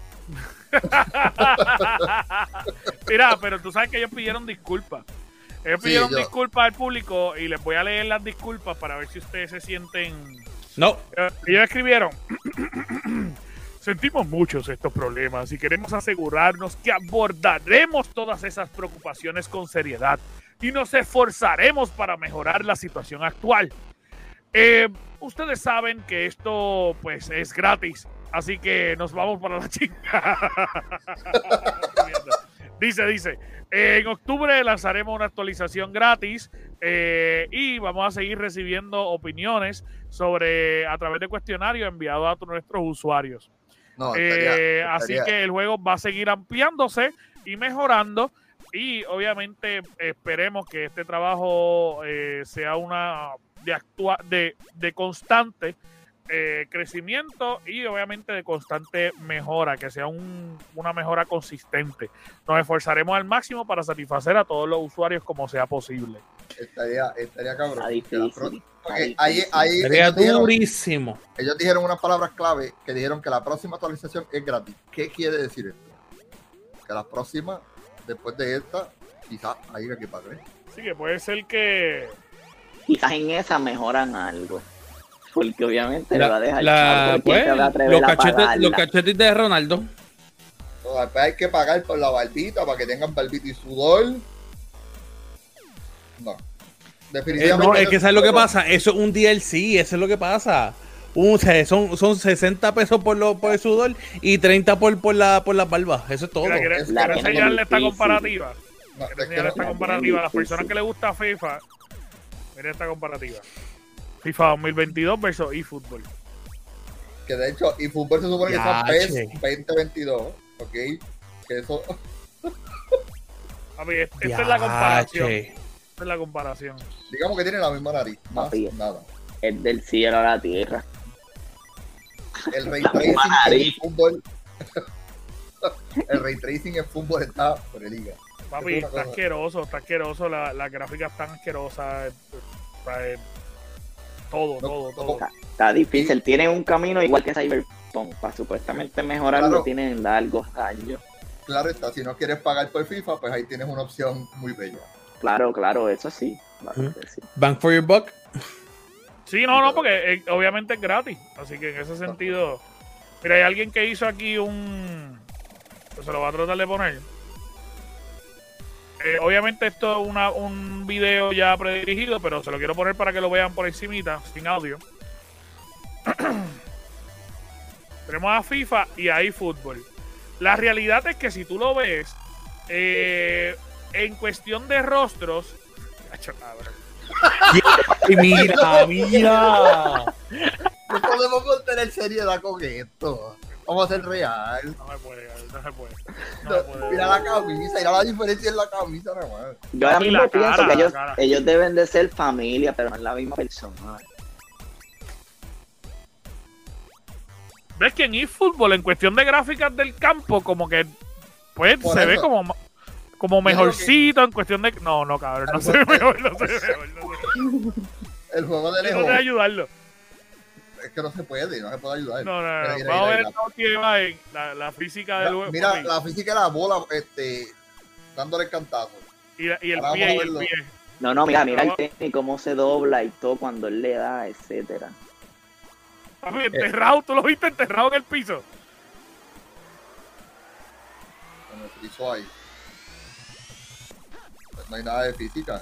Mira, pero tú sabes que ellos pidieron disculpas. Ellos Sí, pidieron yo- disculpas al público y les voy a leer las disculpas para ver si ustedes se sienten. No, Eh, Ellos escribieron: sentimos muchos estos problemas y queremos asegurarnos que abordaremos todas esas preocupaciones con seriedad y nos esforzaremos para mejorar la situación actual. Eh, ustedes saben que esto pues es gratis, así que nos vamos para la chingada. Dice, dice, eh, en octubre lanzaremos una actualización gratis eh, y vamos a seguir recibiendo opiniones sobre a través de cuestionarios enviados a nuestros usuarios. No, Eh, estaría- así estaría- que el juego va a seguir ampliándose y mejorando y obviamente esperemos que este trabajo eh, sea una de, actua de, de constante eh, crecimiento y obviamente de constante mejora, que sea un, una mejora consistente. Nos esforzaremos al máximo para satisfacer a todos los usuarios como sea posible. estaría, estaría cabrón. Está que la difícil, pro- está porque difícil. ahí, ahí sería ellos dijeron, durísimo. ellos dijeron unas palabras clave que dijeron que la próxima actualización es gratis. ¿Qué quiere decir esto? Que la próxima, después de esta, quizás haya que pagar. Así que puede ser que... Quizás en esa mejoran algo. Porque obviamente le La- va a dejar la- chavo, porque pues, se va a atrever los, a cachetes, pagarla. los cachetes de Ronaldo. No, después hay que pagar por la barbita para que tengan barbita y sudor. No. Eh, Definitivamente. no, es que ¿sabes lo que pasa? Eso es un D L C, eso es lo que pasa. Un, se- son, son sesenta pesos por, lo, por el sudor y treinta por, por, la, por las barbas. Eso es todo. Mira, quiero, Es quiero la enseñarle esta difícil. comparativa. No, Quiero es que enseñarle no- esta no, comparativa a las difícil. personas que les gusta FIFA. Mira esta comparativa. FIFA dos mil veintidós versus eFootball. que de hecho, y fútbol se supone que Ya, son P E S che. veinte veintidós, ¿ok? Que eso. A ver, esta es la comparación. Yache. Esta es la comparación. Digamos que tiene la misma nariz. Más Papi. nada. Es del cielo a la tierra. El ray tracing en fútbol. El ray tracing en fútbol está por el liga. Papi, está asqueroso, está asqueroso, las la gráficas están asquerosas, eh, todo, no, todo, todo. Está, está difícil, tienen un camino igual que Cyberpunk, para supuestamente mejorarlo, claro, tienen largos años. Claro está, si no quieres pagar por FIFA, pues ahí tienes una opción muy bella. Claro, claro, eso sí. Claro ¿Mm? sí. Bank for your buck. Sí, no, no, porque eh, obviamente es gratis, así que en ese sentido... Mira, hay alguien que hizo aquí un... Pues se lo va a tratar de poner. Eh, obviamente esto es una, un video ya predirigido, pero se lo quiero poner para que lo vean por encimita, sin audio. Tenemos a FIFA y a eFootball. La realidad es que si tú lo ves, eh, en cuestión de rostros... mira, mira. No podemos tener seriedad con esto. Vamos a ser real. No me puede, no se puede. No no, me puede. Mira la camisa, mira la diferencia en la camisa, hermano. Yo ahora mismo pienso cara, que ellos, ellos deben de ser familia, pero no es la misma persona. Ves que en eFootball, en cuestión de gráficas del campo, como que pues Por se eso. ve como, como mejorcito que... en cuestión de... No, no, cabrón, no se ve mejor, no se ve mejor. No se ve. El juego de lejos. No te ayudarlo. Es que no se puede, no se puede ayudar. No, no, no. Mira, Vamos mira, a ver la, en la, la física del juego. Mira, la física de la bola, este, dándole el cantazo. Y, y el Ahora pie, y el pie. No, no, mira, mira el técnico, cómo se dobla y todo cuando él le da, etcétera. Papi, enterrado, ¿tú lo viste enterrado en el piso? En el piso ahí. Pues no hay nada de física.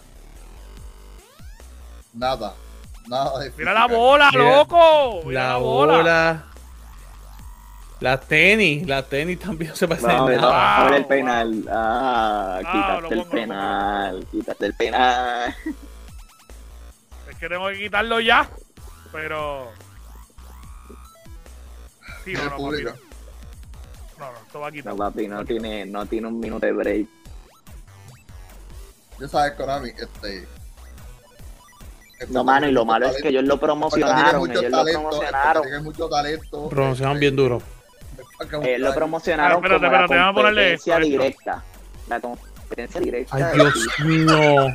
Nada. Nada de Mira la bola, mira, loco. Mira la, la bola. bola. Las tenis, las tenis también se parecen. No, no, a ver el penal. Ah, quítate no, el penal. No, quítate el penal. Es que tengo que quitarlo ya. Pero. Sí, no, no, papi, no. No, no, esto va a quitar. No, papi, no tiene, no tiene un minuto de break. Ya sabes, Konami, este. No, mano, y lo malo talento. es que ellos lo promocionaron. Ellos talento, lo promocionaron. Tienen mucho talento. Promocionaron bien duro. Ellos lo promocionaron ah, espérate, espérate, como la competencia ponerle directa. La competencia directa. Ay, Dios mío.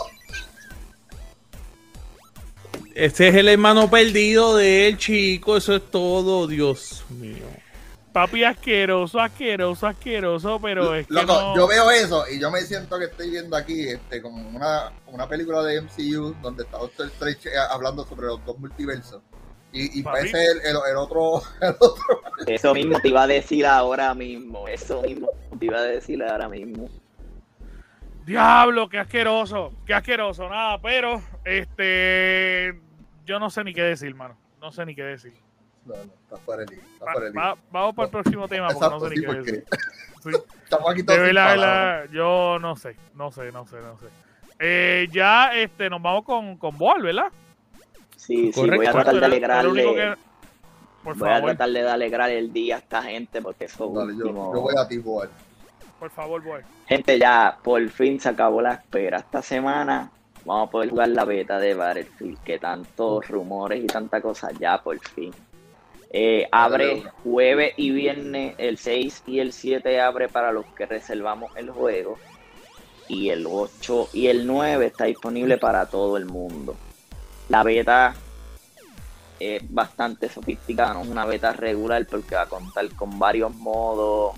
Ese es el hermano perdido de él, chico. Eso es todo, Dios mío. Papi, asqueroso, asqueroso, asqueroso, pero es que Loco, no... yo veo eso y yo me siento que estoy viendo aquí este como una, una película de M C U donde está Doctor Strange hablando sobre los dos multiversos. Y, y parece el, el, el, otro, el otro. Eso mismo te iba a decir ahora mismo. Eso mismo te iba a decir ahora mismo. Diablo, qué asqueroso, qué asqueroso, nada, pero este yo no sé ni qué decir, mano. No sé ni qué decir. No, no, está fuera el está fuera el va, Vamos para el próximo tema, porque Exacto, no sé sí, ni qué decir. Sí. Estamos aquí todos de verdad, la, yo no sé, no sé, no sé, no sé. Eh, ya este, nos vamos con, con Boal, ¿verdad? Sí, sí, voy a tratar de alegrarle. Que... Por voy favor. a tratar de alegrar el día a esta gente porque eso Dale, último... yo, yo voy a ti, Boal. Por favor, Boal. Gente, ya por fin se acabó la espera. Esta semana vamos a poder jugar la beta de Battlefield, que tantos rumores y tanta cosa, ya por fin. Eh, abre jueves y viernes, el seis y el siete abre para los que reservamos el juego. Y el ocho y el nueve está disponible para todo el mundo. La beta es bastante sofisticada, no es una beta regular porque va a contar con varios modos.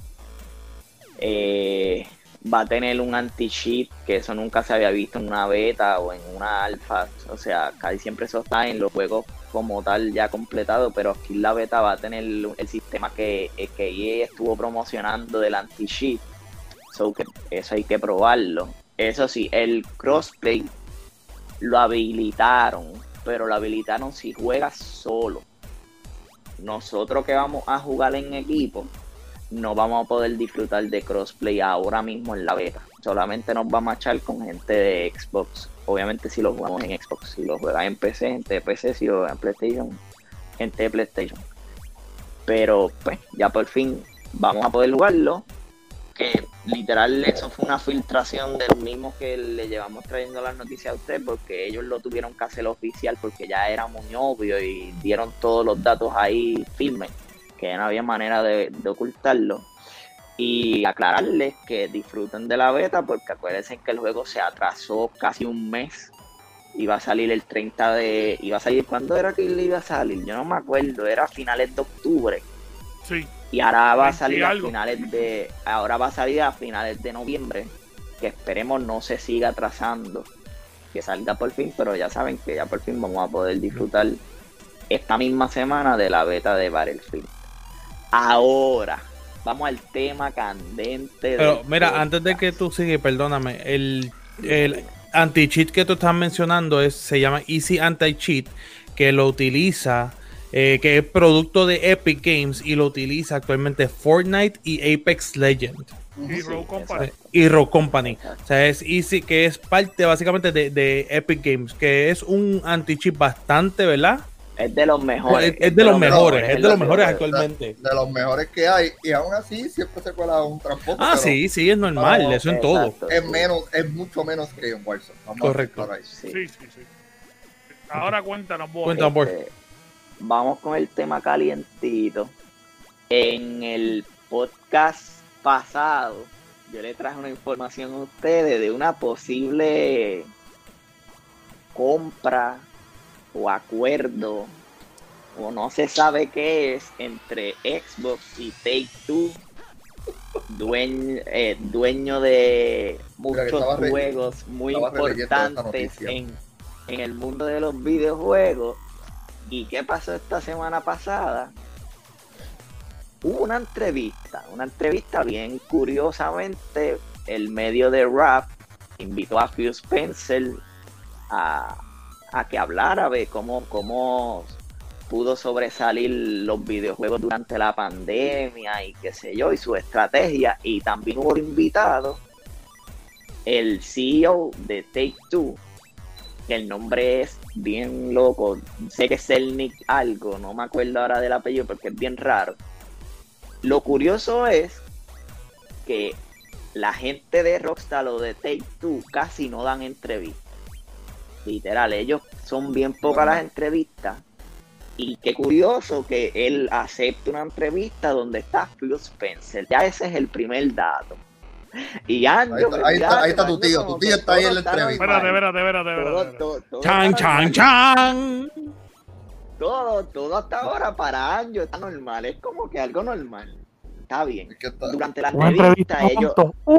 Eh, va a tener un anti-cheat, que eso nunca se había visto en una beta o en una alfa. O sea, casi siempre eso está en los juegos como tal ya completado, pero aquí la beta va a tener el sistema que, que E A estuvo promocionando del anti-cheat. So que eso hay que probarlo. Eso sí, el crossplay lo habilitaron, pero lo habilitaron si juegas solo. Nosotros que vamos a jugar en equipo no vamos a poder disfrutar de crossplay ahora mismo en la beta. Solamente nos vamos a echar con gente de Xbox. Obviamente si lo jugamos en Xbox, si lo juegas en P C, gente de P C, si lo juegas en PlayStation, gente de PlayStation. Pero pues ya por fin vamos a poder jugarlo. Que literal eso fue una filtración de los mismos que le llevamos trayendo las noticias a usted, porque ellos lo tuvieron que hacer oficial porque ya era muy obvio y dieron todos los datos ahí firmes, que ya no había manera de, de ocultarlo. Y aclararles que disfruten de la beta, porque acuérdense que el juego se atrasó casi un mes. Iba a salir el treinta de... Iba a salir... ¿Cuándo era que iba a salir? Yo no me acuerdo. Era a finales de octubre. Sí. Y ahora va a salir a finales de... Ahora va a salir a finales de noviembre. Que esperemos no se siga atrasando. Que salga por fin. Pero ya saben que ya por fin vamos a poder disfrutar esta misma semana de la beta de Battlefield. Ahora... Vamos al tema candente. Pero mira, podcast. Antes de que tú sigas, perdóname, el, el anti-cheat que tú estás mencionando es, se llama Easy Anti-Cheat, que lo utiliza, eh, que es producto de Epic Games y lo utiliza actualmente Fortnite y Apex Legends. Y Rogue Company. Y Rogue Company. O sea, es Easy, que es parte básicamente de, de Epic Games, que es un anti-cheat bastante, ¿verdad? Es de los mejores. Es, es de los mejores, mejores, es de los mejores actualmente. De, de los mejores que hay. Y aún así siempre se cuela un tramposo. Ah, sí, sí, es normal, pero, eso en todo. Es menos, es mucho menos que en Warzone. Vamos correcto. Ahí. Sí. sí, sí, sí. Ahora cuéntanos, vos. Cuéntanos, vos. Este, vamos con el tema calientito. En el podcast pasado, yo le traje una información a ustedes de una posible compra o acuerdo, o no se sabe qué es, entre Xbox y Take-Two, dueño, eh, dueño de muchos juegos re- muy importantes en, en el mundo de los videojuegos. ¿Y qué pasó esta semana pasada? Hubo una entrevista, una entrevista bien curiosamente, el medio de Rap invitó a Phil Spencer a a que hablara de cómo, cómo pudo sobresalir los videojuegos durante la pandemia y qué sé yo, y su estrategia. Y también hubo invitado el C E O de Take-Two, que el nombre es bien loco, sé que es el Nick algo, no me acuerdo ahora del apellido porque es bien raro. Lo curioso es que la gente de Rockstar o de Take-Two casi no dan entrevistas. Literal, ellos son bien pocas las entrevistas. Y qué curioso que él acepte una entrevista donde está Phil Spencer. Ya ese es el primer dato. Y Andrew, ahí está, ahí está, ahí está tu tío, tu tío está ahí en la entrevista. Espérate, espérate, espérate, espérate. Chan, chan, chan. Todo, todo hasta ahora para Andrew está normal. Es como que algo normal. Está bien. Es que está... Durante la entrevista, ellos.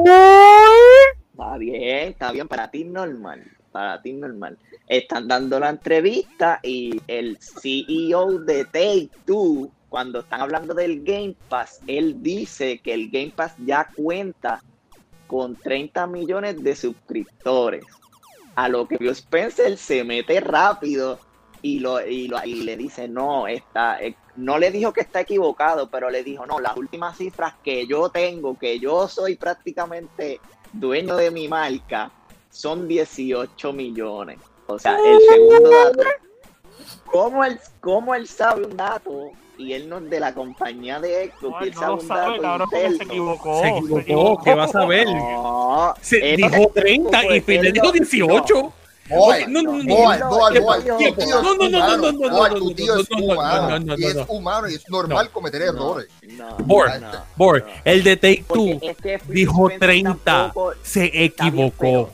Está bien, está bien, para ti normal. Para ti normal. Están dando la entrevista y el C E O de Take-Two, cuando están hablando del Game Pass, él dice que el Game Pass ya cuenta con treinta millones de suscriptores. A lo que Phil Spencer se mete rápido y, lo, y, lo, y le dice, no, está, eh, no le dijo que está equivocado, pero le dijo, no, las últimas cifras que yo tengo, que yo soy prácticamente dueño de mi marca, son dieciocho millones. O sea, el segundo dato. ¿Cómo él, cómo él sabe un dato? Y él no es de la compañía de Xbox. No, él no sabe lo un sabe, dato cabrón, interno. se equivocó. Se equivocó, se equivocó. ¿Qué vas a ver? No, se dijo treinta y Phil le dijo dieciocho. Boy, no, no, no, boy, boy, boy. No, no, no, no, no, no, tu tío es humano y es humano y es normal cometer errores. Bor, Bor, el de Take-Two dijo treinta, se equivocó.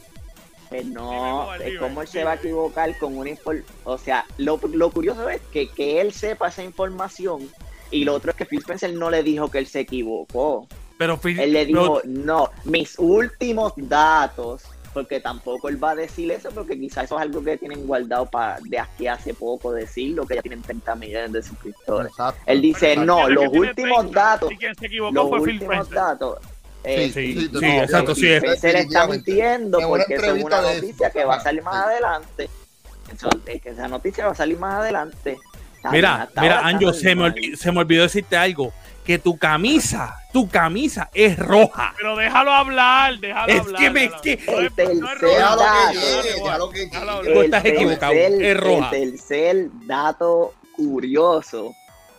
No, es como él se va a equivocar con una información. O sea, lo, lo curioso es que, que él sepa esa información y lo otro es que Phil Spencer no le dijo que él se equivocó. Pero Phil, él le dijo, pero... no, mis últimos datos, porque tampoco él va a decir eso, porque quizás eso es algo que tienen guardado para de aquí hace poco decirlo, que ya tienen treinta millones de suscriptores. Exacto. Él dice, no, los últimos datos, y quien se equivocó los fue Phil últimos Spencer. datos. Eh, sí, sí, no, sí, exacto, sí. Se le está mintiendo porque eso es una noticia que va a salir más adelante. Eso, es que esa noticia va a salir más adelante. Está mira, bien, mira, Anjo, se me, olvidó, se me olvidó decirte algo. Que tu camisa, tu camisa es roja. Pero déjalo hablar, déjalo es hablar. Que me, déjalo. Que, el tercer no es roja. Déjalo que Tú estás equivocado, es roja. El tercer dato curioso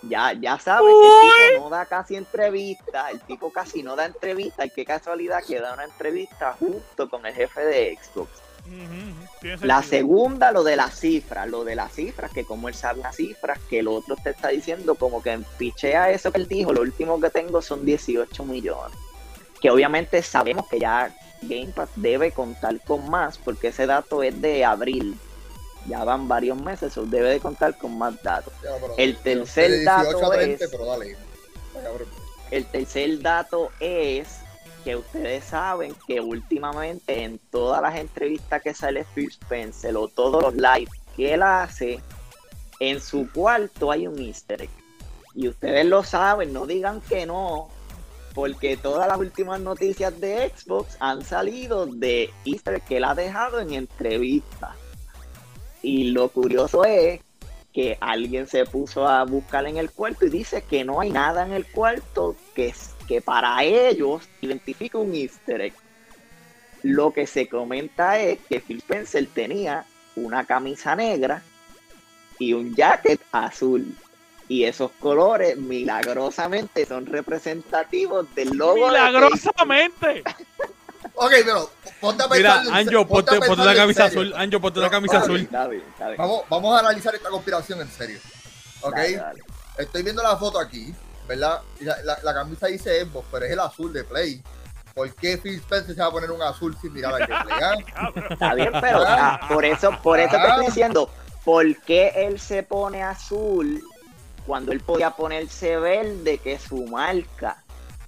Ya, ya sabes que el tipo no da casi entrevista, el tipo casi no da entrevista, y qué casualidad que da una entrevista justo con el jefe de Xbox. Uh-huh. La segunda, lo de las cifras, lo de las cifras, que como él sabe las cifras, que el otro te está diciendo como que pichea eso que él dijo, lo último que tengo son dieciocho millones. Que obviamente sabemos que ya Game Pass debe contar con más, porque ese dato es de abril. Ya van varios meses, o debe de contar con más datos. Ya, pero, el tercer pero dato veinte, es... Pero dale. El tercer dato es que ustedes saben que últimamente en todas las entrevistas que sale Phil Spencer o todos los live que él hace, en su cuarto hay un easter egg. Y ustedes lo saben, no digan que no, porque todas las últimas noticias de Xbox han salido de easter egg que él ha dejado en entrevistas. Y lo curioso es que alguien se puso a buscar en el cuarto y dice que no hay nada en el cuarto que, que para ellos identifique un easter egg. Lo que se comenta es que Phil Spencer tenía una camisa negra y un jacket azul. Y esos colores milagrosamente son representativos del logo. ¡Milagrosamente! Ok, pero ponte a pensar. Mira, Anjo, ponte, ponte la camisa azul. Anjo, ponte la camisa azul. Está bien, está bien. Vamos, vamos a analizar esta conspiración en serio. Ok. Dale, dale. Estoy viendo la foto aquí, ¿verdad? La, la, la camisa dice Xbox, pero es el azul de Play. ¿Por qué Phil Spencer se va a poner un azul sin mirar al de Play? ¿Ah? Está bien, pero ah, por eso, por eso ah. te estoy diciendo, ¿por qué él se pone azul cuando él podía ponerse verde, que es su marca?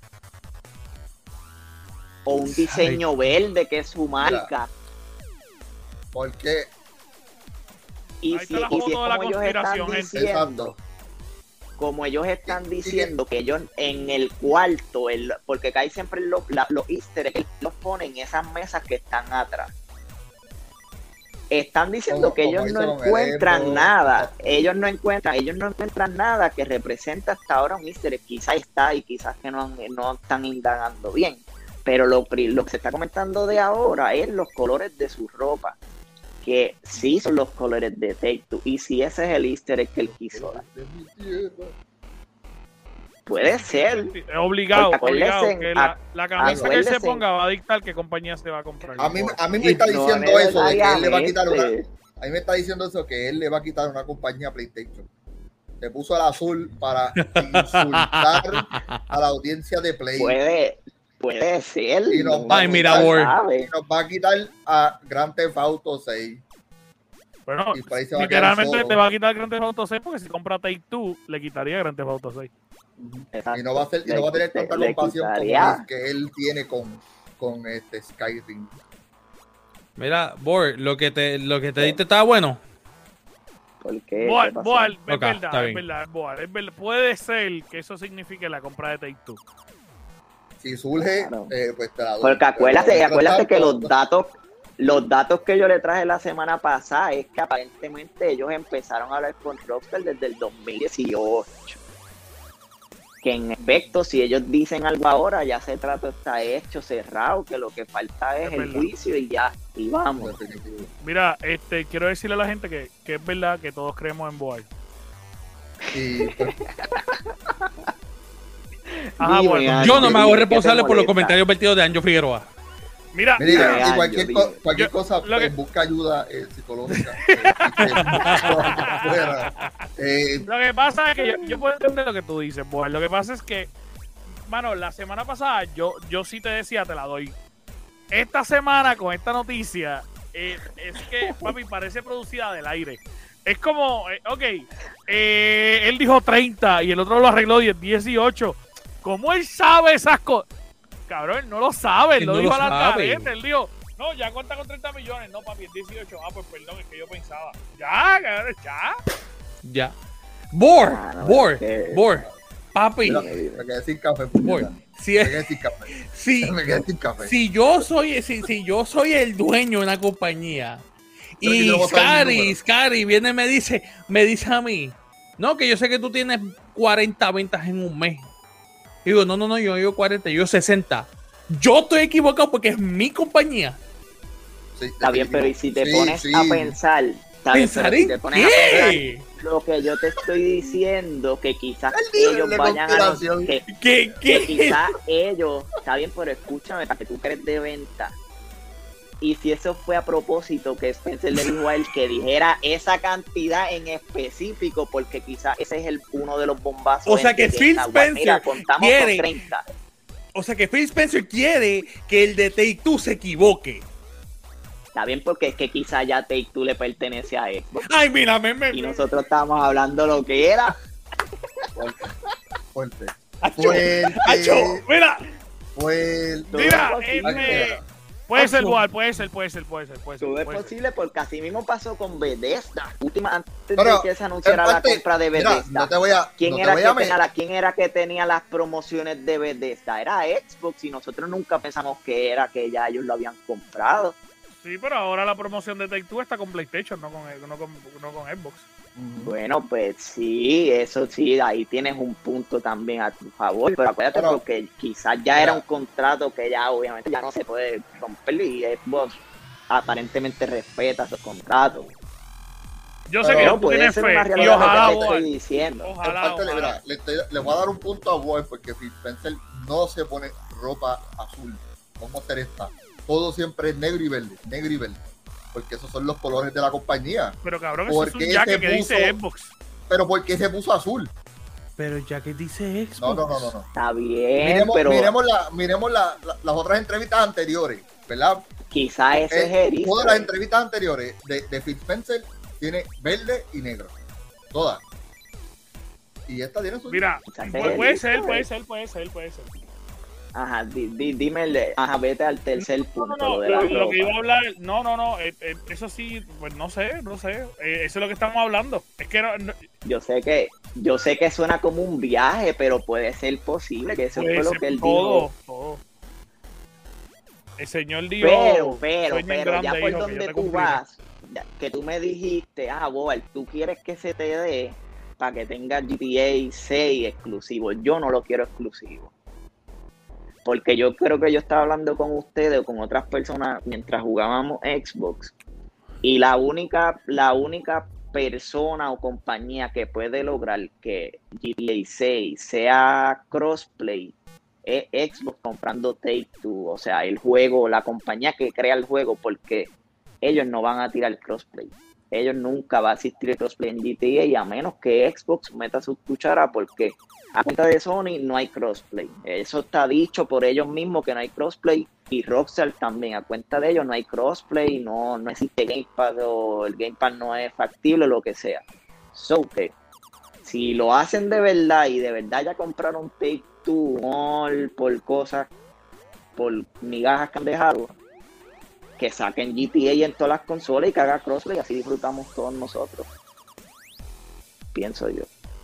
O un diseño verde, que es su marca. ¿Por qué? Y si, y si es como ellos están diciendo, como ellos están diciendo que ellos en el cuarto, el, porque acá hay siempre los, la, los easter eggs, los ponen en esas mesas que están atrás. Están diciendo como, que ellos no encuentran ejemplo, nada, ellos no encuentran, ellos no encuentran nada que represente hasta ahora un easter egg. Quizás está y quizás que no, no están indagando bien. Pero lo, lo que se está comentando de ahora es los colores de su ropa, que sí son los colores de Take-Two, y si ese es el easter egg que él quiso dar. Puede ser. Es obligado, obligado que la, la camisa que él se ponga va a dictar qué compañía se va a comprar. A mí, a mí me está diciendo no eso, de que él le va a quitar una... A mí me está diciendo eso, que él le va a quitar una compañía PlayStation. Se puso el azul para insultar a la audiencia de Play. Puede... Puede ser. Y nos, va, Ay, mira, quitar, y nos va a quitar a Grand Theft Auto seis. Bueno, literalmente te va a quitar Grand Theft Auto seis porque si compra Take-Two le quitaría Grand Theft Auto seis. Exacto. Y no va a, ser, y no va a tener tanta compasión como el que él tiene con, con este Skyrim. Mira, Bor, lo que te, lo que te diste estaba bueno. ¿Por qué? Boal, Boal, es okay, verdad, es verdad, Boal, es verdad. Puede ser que eso signifique la compra de Take-Two. Si surge, claro. eh, pues te la doy. Porque acuérdate, acuérdate que los datos, los datos que yo le traje la semana pasada es que aparentemente ellos empezaron a hablar con Rockstar desde el dos mil dieciocho. Que en efecto, si ellos dicen algo ahora, ya ese trato está hecho, cerrado, que lo que falta es, es el verdad. Juicio y ya, y vamos. Mira, este, quiero decirle a la gente que, que es verdad que todos creemos en Boal. Sí, pues. Ajá, bueno. Yo no me hago responsable por los comentarios vertidos de Anjo Figueroa. Mira, Mira Anjo, cualquier, co cualquier yo, cosa pues, que... busca ayuda eh, psicológica. eh, lo que pasa es que yo, yo puedo entender lo que tú dices, Boal. Lo que pasa es que, mano, la semana pasada yo, yo sí te decía, te la doy. Esta semana con esta noticia eh, es que, papi, parece producida del aire. Es como, eh, ok, eh, él dijo treinta y el otro lo arregló dieciocho. ¿Cómo él sabe esas cosas? Cabrón, él no lo sabe, él lo no dijo lo a la tarjeta, él dijo, no, ya cuenta con treinta millones, no papi, es dieciocho, ah, pues perdón, es que yo pensaba, ya, cabrón, ya. Ya. Bor, ah, no, Bor, que... Bor, papi. Me quedé sin café. Bor, si, me quedé sin café. Si, me quedé sin café. Si yo soy, si, si yo soy el dueño de una compañía y Scary, Scary viene y me dice, me dice a mí, no, que yo sé que tú tienes cuarenta ventas en un mes. Y digo, no, no, no, yo digo cuarenta, yo sesenta. Yo estoy equivocado porque es mi compañía. Sí, está bien, pero y si te sí, pones sí. a pensar, ¿Pensar en si te pones qué? A pensar, Lo que yo te estoy diciendo, que quizás ellos vayan a... Que, ¿Qué, qué? que quizás ellos... Está bien, pero escúchame, para que tú crees de venta. Y si eso fue a propósito, que Spencer le dijo a él que dijera esa cantidad en específico, porque quizás ese es el uno de los bombazos. O sea que Phil Spencer Mira, contamos quiere... con treinta. O sea que Phil Spencer quiere que el de Take-Two se equivoque. Está bien, porque es que quizás ya Take-Two le pertenece a Xbox. Ay, mira, me, me, Y nosotros estábamos hablando lo que era. Fuerte. Fuerte. Acho, Fuerte. acho, mira, Fuerte. Mira, Todo es eh, posible. eh, puede ser igual, puede ser, puede ser, puede ser, puede ser. Todo es puede ser. posible porque así mismo pasó con Bethesda. Última, antes Pero, de que se anunciara en parte, la compra de mira, Bethesda. no te voy a- ¿Quién, no te era voy que a me- tenía la, ¿Quién era que tenía las promociones de Bethesda? Era Xbox y nosotros nunca pensamos que era que ya ellos lo habían comprado. Sí, pero ahora la promoción de Take-Two está con PlayStation, no con, no con, no con Xbox. Bueno, pues sí, eso sí, ahí tienes un punto también a tu favor, pero acuérdate Pero- porque quizás ya Mira. era un contrato que ya obviamente ya no se puede romper y Xbox aparentemente respeta esos contratos. Yo sé Pero que Pero tú puede tienes ser fe una y realidad lo ojalá, que te estoy Boal, diciendo. En ojalá, parte, ojalá. mira, le, estoy- le voy a dar un punto a Boy porque Phil Spencer no se pone ropa azul. Vamos a hacer esta. Todo siempre es negro y verde, negro y verde. Porque esos son los colores de la compañía. Pero cabrón, eso es ¿Por qué un jacket se que dice puso- Xbox. Pero ¿por qué se puso azul? pero ya que dice Xbox. No, no, no, no. no. Está bien, Miremos, pero miremos, la, miremos la- la- las otras entrevistas anteriores, ¿verdad? quizás ese es Eh, el todas las entrevistas anteriores de, de Phil Spencer tiene verde y negro. Todas. Y esta tiene su... Mira, Quizás puede, es puede el- ser, puede ser, puede ser, puede ser. Ajá, di, di- dime el de, ajá, vete al tercer No, punto, no, no, lo de la lo, lo ropa. que iba a hablar, no, no, no, eh, eh, eso sí, pues no sé, no sé, eh, eso es lo que estamos hablando. Es que no, no- Yo sé que, yo sé que suena como un viaje, pero puede ser posible que eso puede fue lo ser que él todo, dijo. todo. El señor dijo, Pero, pero, sueña en pero ya grande, por hijo, que yo donde te tú cumpliré. vas, ya- que tú me dijiste, ah, Boal, tú quieres que se te dé para que tenga G T A seis exclusivo. Yo no lo quiero exclusivo. Porque yo creo que yo estaba hablando con ustedes o con otras personas mientras jugábamos Xbox. Y la única, la única persona o compañía que puede lograr que G T A seis sea crossplay es Xbox comprando Take-Two, o sea, el juego, la compañía que crea el juego, porque ellos no van a tirar crossplay. Ellos nunca va a existir el crossplay en G T A y a menos que Xbox meta su cuchara, porque a cuenta de Sony no hay crossplay. Eso está dicho por ellos mismos que no hay crossplay y Rockstar también, a cuenta de ellos no hay crossplay, no, no existe Gamepad o el Gamepad no es factible, lo que sea. So que si lo hacen de verdad y de verdad ya compraron Take-Two Mall por cosas, por migajas que han dejado, que saquen G T A en todas las consolas y que haga crossplay, así disfrutamos todos nosotros. Pienso yo.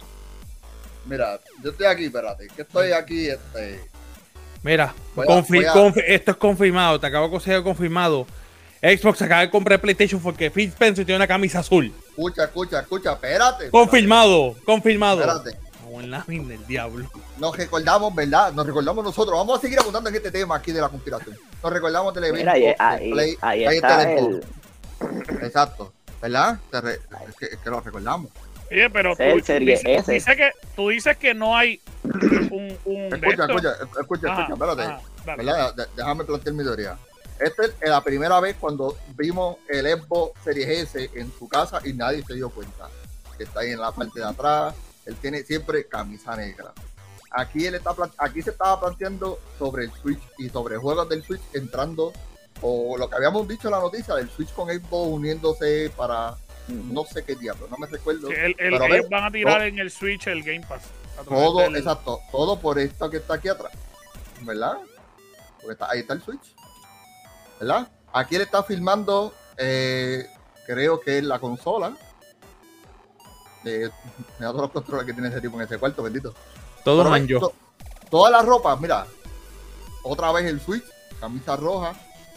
Mira, yo estoy aquí, espérate, que estoy aquí, este... Mira, Voy a- confir- voy a- confi- esto es confirmado, te acabo de conseguir confirmado. Xbox acaba de comprar PlayStation porque Phil Spencer tiene una camisa azul. Escucha, escucha, escucha, espérate. Confirmado, confirmado. Espérate. Vamos en la mina del diablo. Nos recordamos, ¿verdad? Nos recordamos nosotros. Vamos a seguir abundando en este tema aquí de la conspiración. Nos recordamos del evento. Mira, ahí, de ahí, Play- ahí Play está Telefone. el... Exacto. ¿Verdad? Te re- es, que, es que lo recordamos. Oye, pero Ese es tú, el Serie dices, S. dices que, tú dices que no hay un... un de Escucha, esto. escucha, escucha, Ajá, escucha, espérate. ajá, dale. ¿Verdad? De- déjame plantear mi teoría. Esta es la primera vez cuando vimos el Xbox Series S en su casa y nadie se dio cuenta. Que está ahí en la parte de atrás. Él tiene siempre camisa negra. Aquí él está plan- aquí se estaba planteando sobre el Switch y sobre juegos del Switch entrando, o lo que habíamos dicho en la noticia del Switch con Xbox uniéndose para no sé qué diablo, no me recuerdo. Que el- el- pero ellos ve, van a tirar todo- en el Switch el Game Pass. a través todo, del- exacto, todo por esto que está aquí atrás, ¿verdad? Porque está, ahí está el Switch, ¿verdad? Aquí él está filmando, eh, creo que es la consola. Eh, mira todos los controles que tiene ese tipo en ese cuarto, bendito. Todos Pero ve, anjos. to- todas las ropas, mira, otra vez el Switch, camisa roja,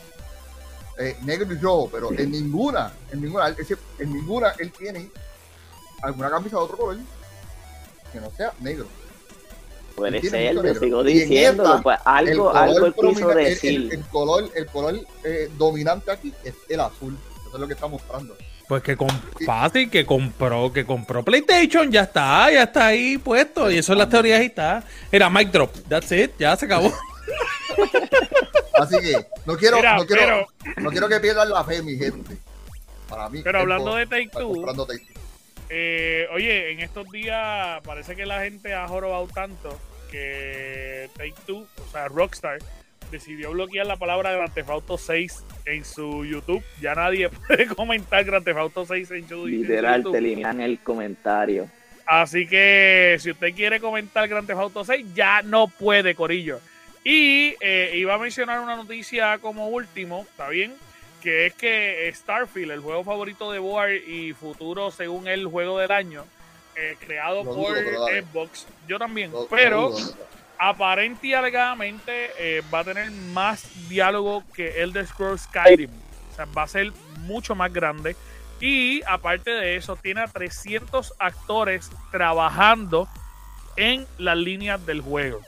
eh, negro y rojo, pero en ninguna, en ninguna, él- ese- en ninguna él tiene alguna camisa de otro color que no sea negro. Puede Tiene ser, mucho yo negro. sigo Y en diciéndolo, esta, pues El algo, color algo él quiso promina- el- decir. El, el color, el color eh, dominante aquí es el azul. Eso es lo que está mostrando. Pues que con, fácil, que compró, que compró PlayStation, ya está, ya está ahí puesto. Y eso en las teorías y está. Era mic drop, that's it, ya se acabó. Así que no quiero, Mira, no quiero, pero, no quiero que pierdan la fe, mi gente. Para mí. Pero hablando de Take Two, Two, eh, oye, en estos días parece que la gente ha jorobado tanto que Take Two, o sea, Rockstar, decidió bloquear la palabra Grand Theft Auto seis en su YouTube. Ya nadie puede comentar Grand Theft Auto seis en su, Literal, en su YouTube. te eliminan el comentario. Así que si usted quiere comentar Grand Theft Auto seis, ya no puede, corillo. Y eh, iba a mencionar una noticia como último, ¿está bien? Que es que Starfield, el juego favorito de Boar y futuro, según el juego del año, eh, creado lo por dudo, Xbox, yo también, lo, pero... lo dudo. Aparente y alegadamente eh, va a tener más diálogo que Elder Scrolls Skyrim. O sea, va a ser mucho más grande. Y aparte de eso, tiene a trescientos actores trabajando en las líneas del juego.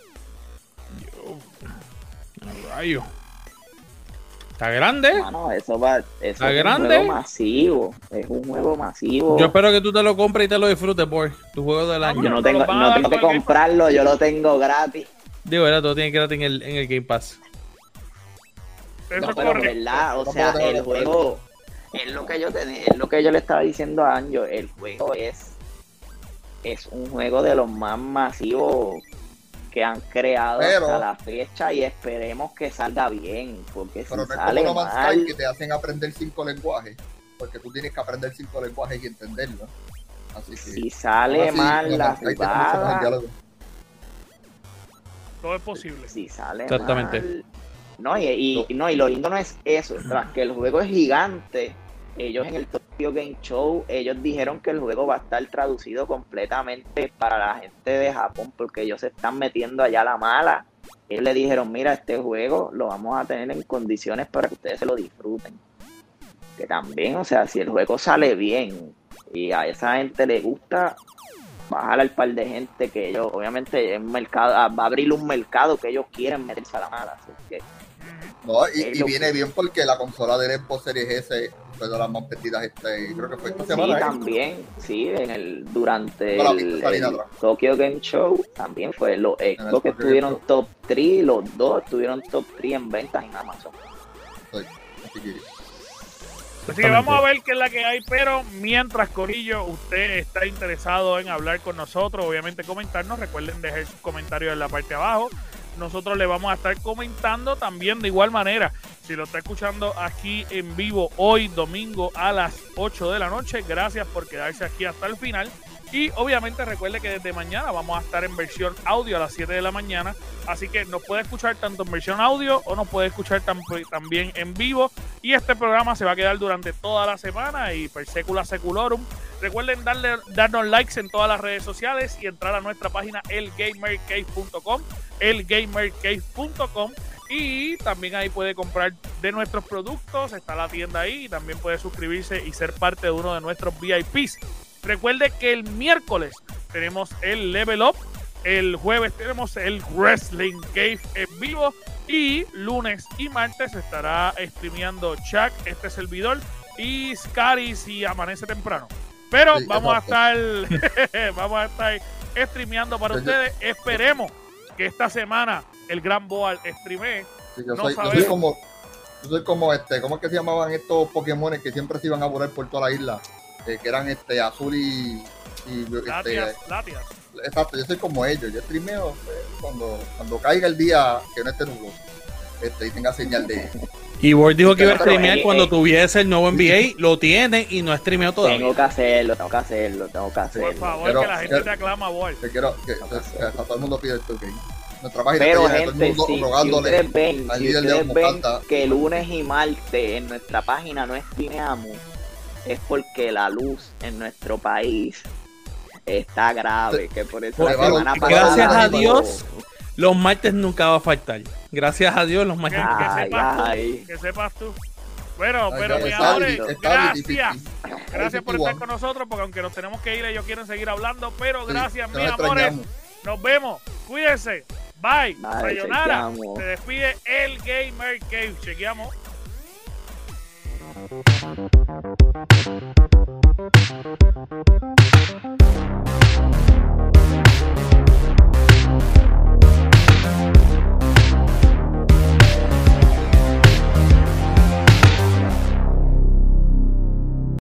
Rayo. Está grande. Mano, eso va, eso Está es grande. un juego masivo. Es un juego masivo. Yo espero que tú te lo compres y te lo disfrutes, boy. Tu juego del año. Yo no tengo, no tengo que comprarlo, yo lo tengo gratis. Digo, ¿verdad? Todo tiene que gratis en el, en el Game Pass. No, pero verdad, o sea, el juego es lo que yo te, es lo que yo le estaba diciendo a Anjo, el juego es es un juego de los más masivos que han creado pero, hasta la fecha y esperemos que salga bien, porque pero si no sale es como No mal, Man's Sky que te hacen aprender cinco lenguajes, porque tú tienes que aprender cinco lenguajes y entenderlo. Así que si sale así, mal la Sky jugada, todo es posible. Si sale Exactamente. mal, no, y, y, no, y lo lindo no es eso, tras que el juego es gigante. Ellos en el Tokyo Game Show, ellos dijeron que el juego va a estar traducido completamente para la gente de Japón, porque ellos se están metiendo allá a la mala. Ellos le dijeron, mira, este juego lo vamos a tener en condiciones para que ustedes se lo disfruten. Que también, o sea, si el juego sale bien y a esa gente le gusta, va a jalar al par de gente que ellos, obviamente, es mercado, va a abrir un mercado que ellos quieren meterse a la mala. Así que, no, y, y viene bien porque la consola de Xbox Series S fue de las más vendidas, este, creo que fue esta semana. Sí, ¿eh? también, sí, en el, durante no el, el Tokyo Game Show también fue los Xbox que estuvieron top tres, los dos estuvieron top tres en ventas en Amazon. Sí, así que... Así que vamos a ver qué es la que hay, pero mientras, corillo, usted está interesado en hablar con nosotros, obviamente comentarnos, recuerden dejar sus comentarios en la parte de abajo. Nosotros le vamos a estar comentando también de igual manera. Si lo está escuchando aquí en vivo hoy, domingo a las ocho de la noche, gracias por quedarse aquí hasta el final. Y obviamente recuerde que desde mañana vamos a estar en versión audio a las siete de la mañana. Así que nos puede escuchar tanto en versión audio o nos puede escuchar tam- también en vivo. Y este programa se va a quedar durante toda la semana y per secula seculorum. Recuerden darle, darnos likes en todas las redes sociales y entrar a nuestra página el gamer cave punto com, el gamer cave punto com, y también ahí puede comprar de nuestros productos, está la tienda ahí, y también puede suscribirse y ser parte de uno de nuestros V I Ps. Recuerde que el miércoles tenemos el Level Up, el jueves tenemos el Wrestling Cave en vivo y lunes y martes estará streameando Chuck, este servidor, y Scary si amanece temprano. Pero sí, vamos a estar vamos a estar streameando para sí, ustedes. Yo, Esperemos que esta semana el Gran Boal streamee. Sí, yo, no soy, yo soy como yo soy como este, ¿cómo es que se llamaban estos Pokémones que siempre se iban a volar por toda la isla? Eh, que eran este azul y, y Latias, este, Latias. Exacto, yo soy como ellos. Yo streameo eh, cuando, cuando caiga el día que no esté nuboso, este, y tenga señal de... Y Ward dijo que iba a streamear cuando eh, tuviese el nuevo N B A, lo tiene y no ha streameado todavía. Tengo que hacerlo, tengo que hacerlo, tengo que hacerlo. Por favor, pero, que la gente quiero, te aclama, Ward. Te quiero, que, que, que hasta todo el mundo pide esto, okay. Nuestra página pero está gente, todo el mundo si, rogándole si ustedes ven, al si líder ustedes de ven que lunes y martes en nuestra página no streameamos, es porque la luz en nuestro país está grave, que por eso la semana pasada, gracias a Dios los martes nunca va a faltar. Gracias a Dios los martes. Que, que, sepas, ay, tú, que sepas tú. Bueno, ay, pero mi amores, gracias. Gracias por estar con nosotros, porque aunque nos tenemos que ir, ellos quieren seguir hablando, pero gracias, sí, mis amores. Nos vemos. Cuídense. Bye. Bye, Sayonara. Se despide el Gamer Cave. Chequeamos.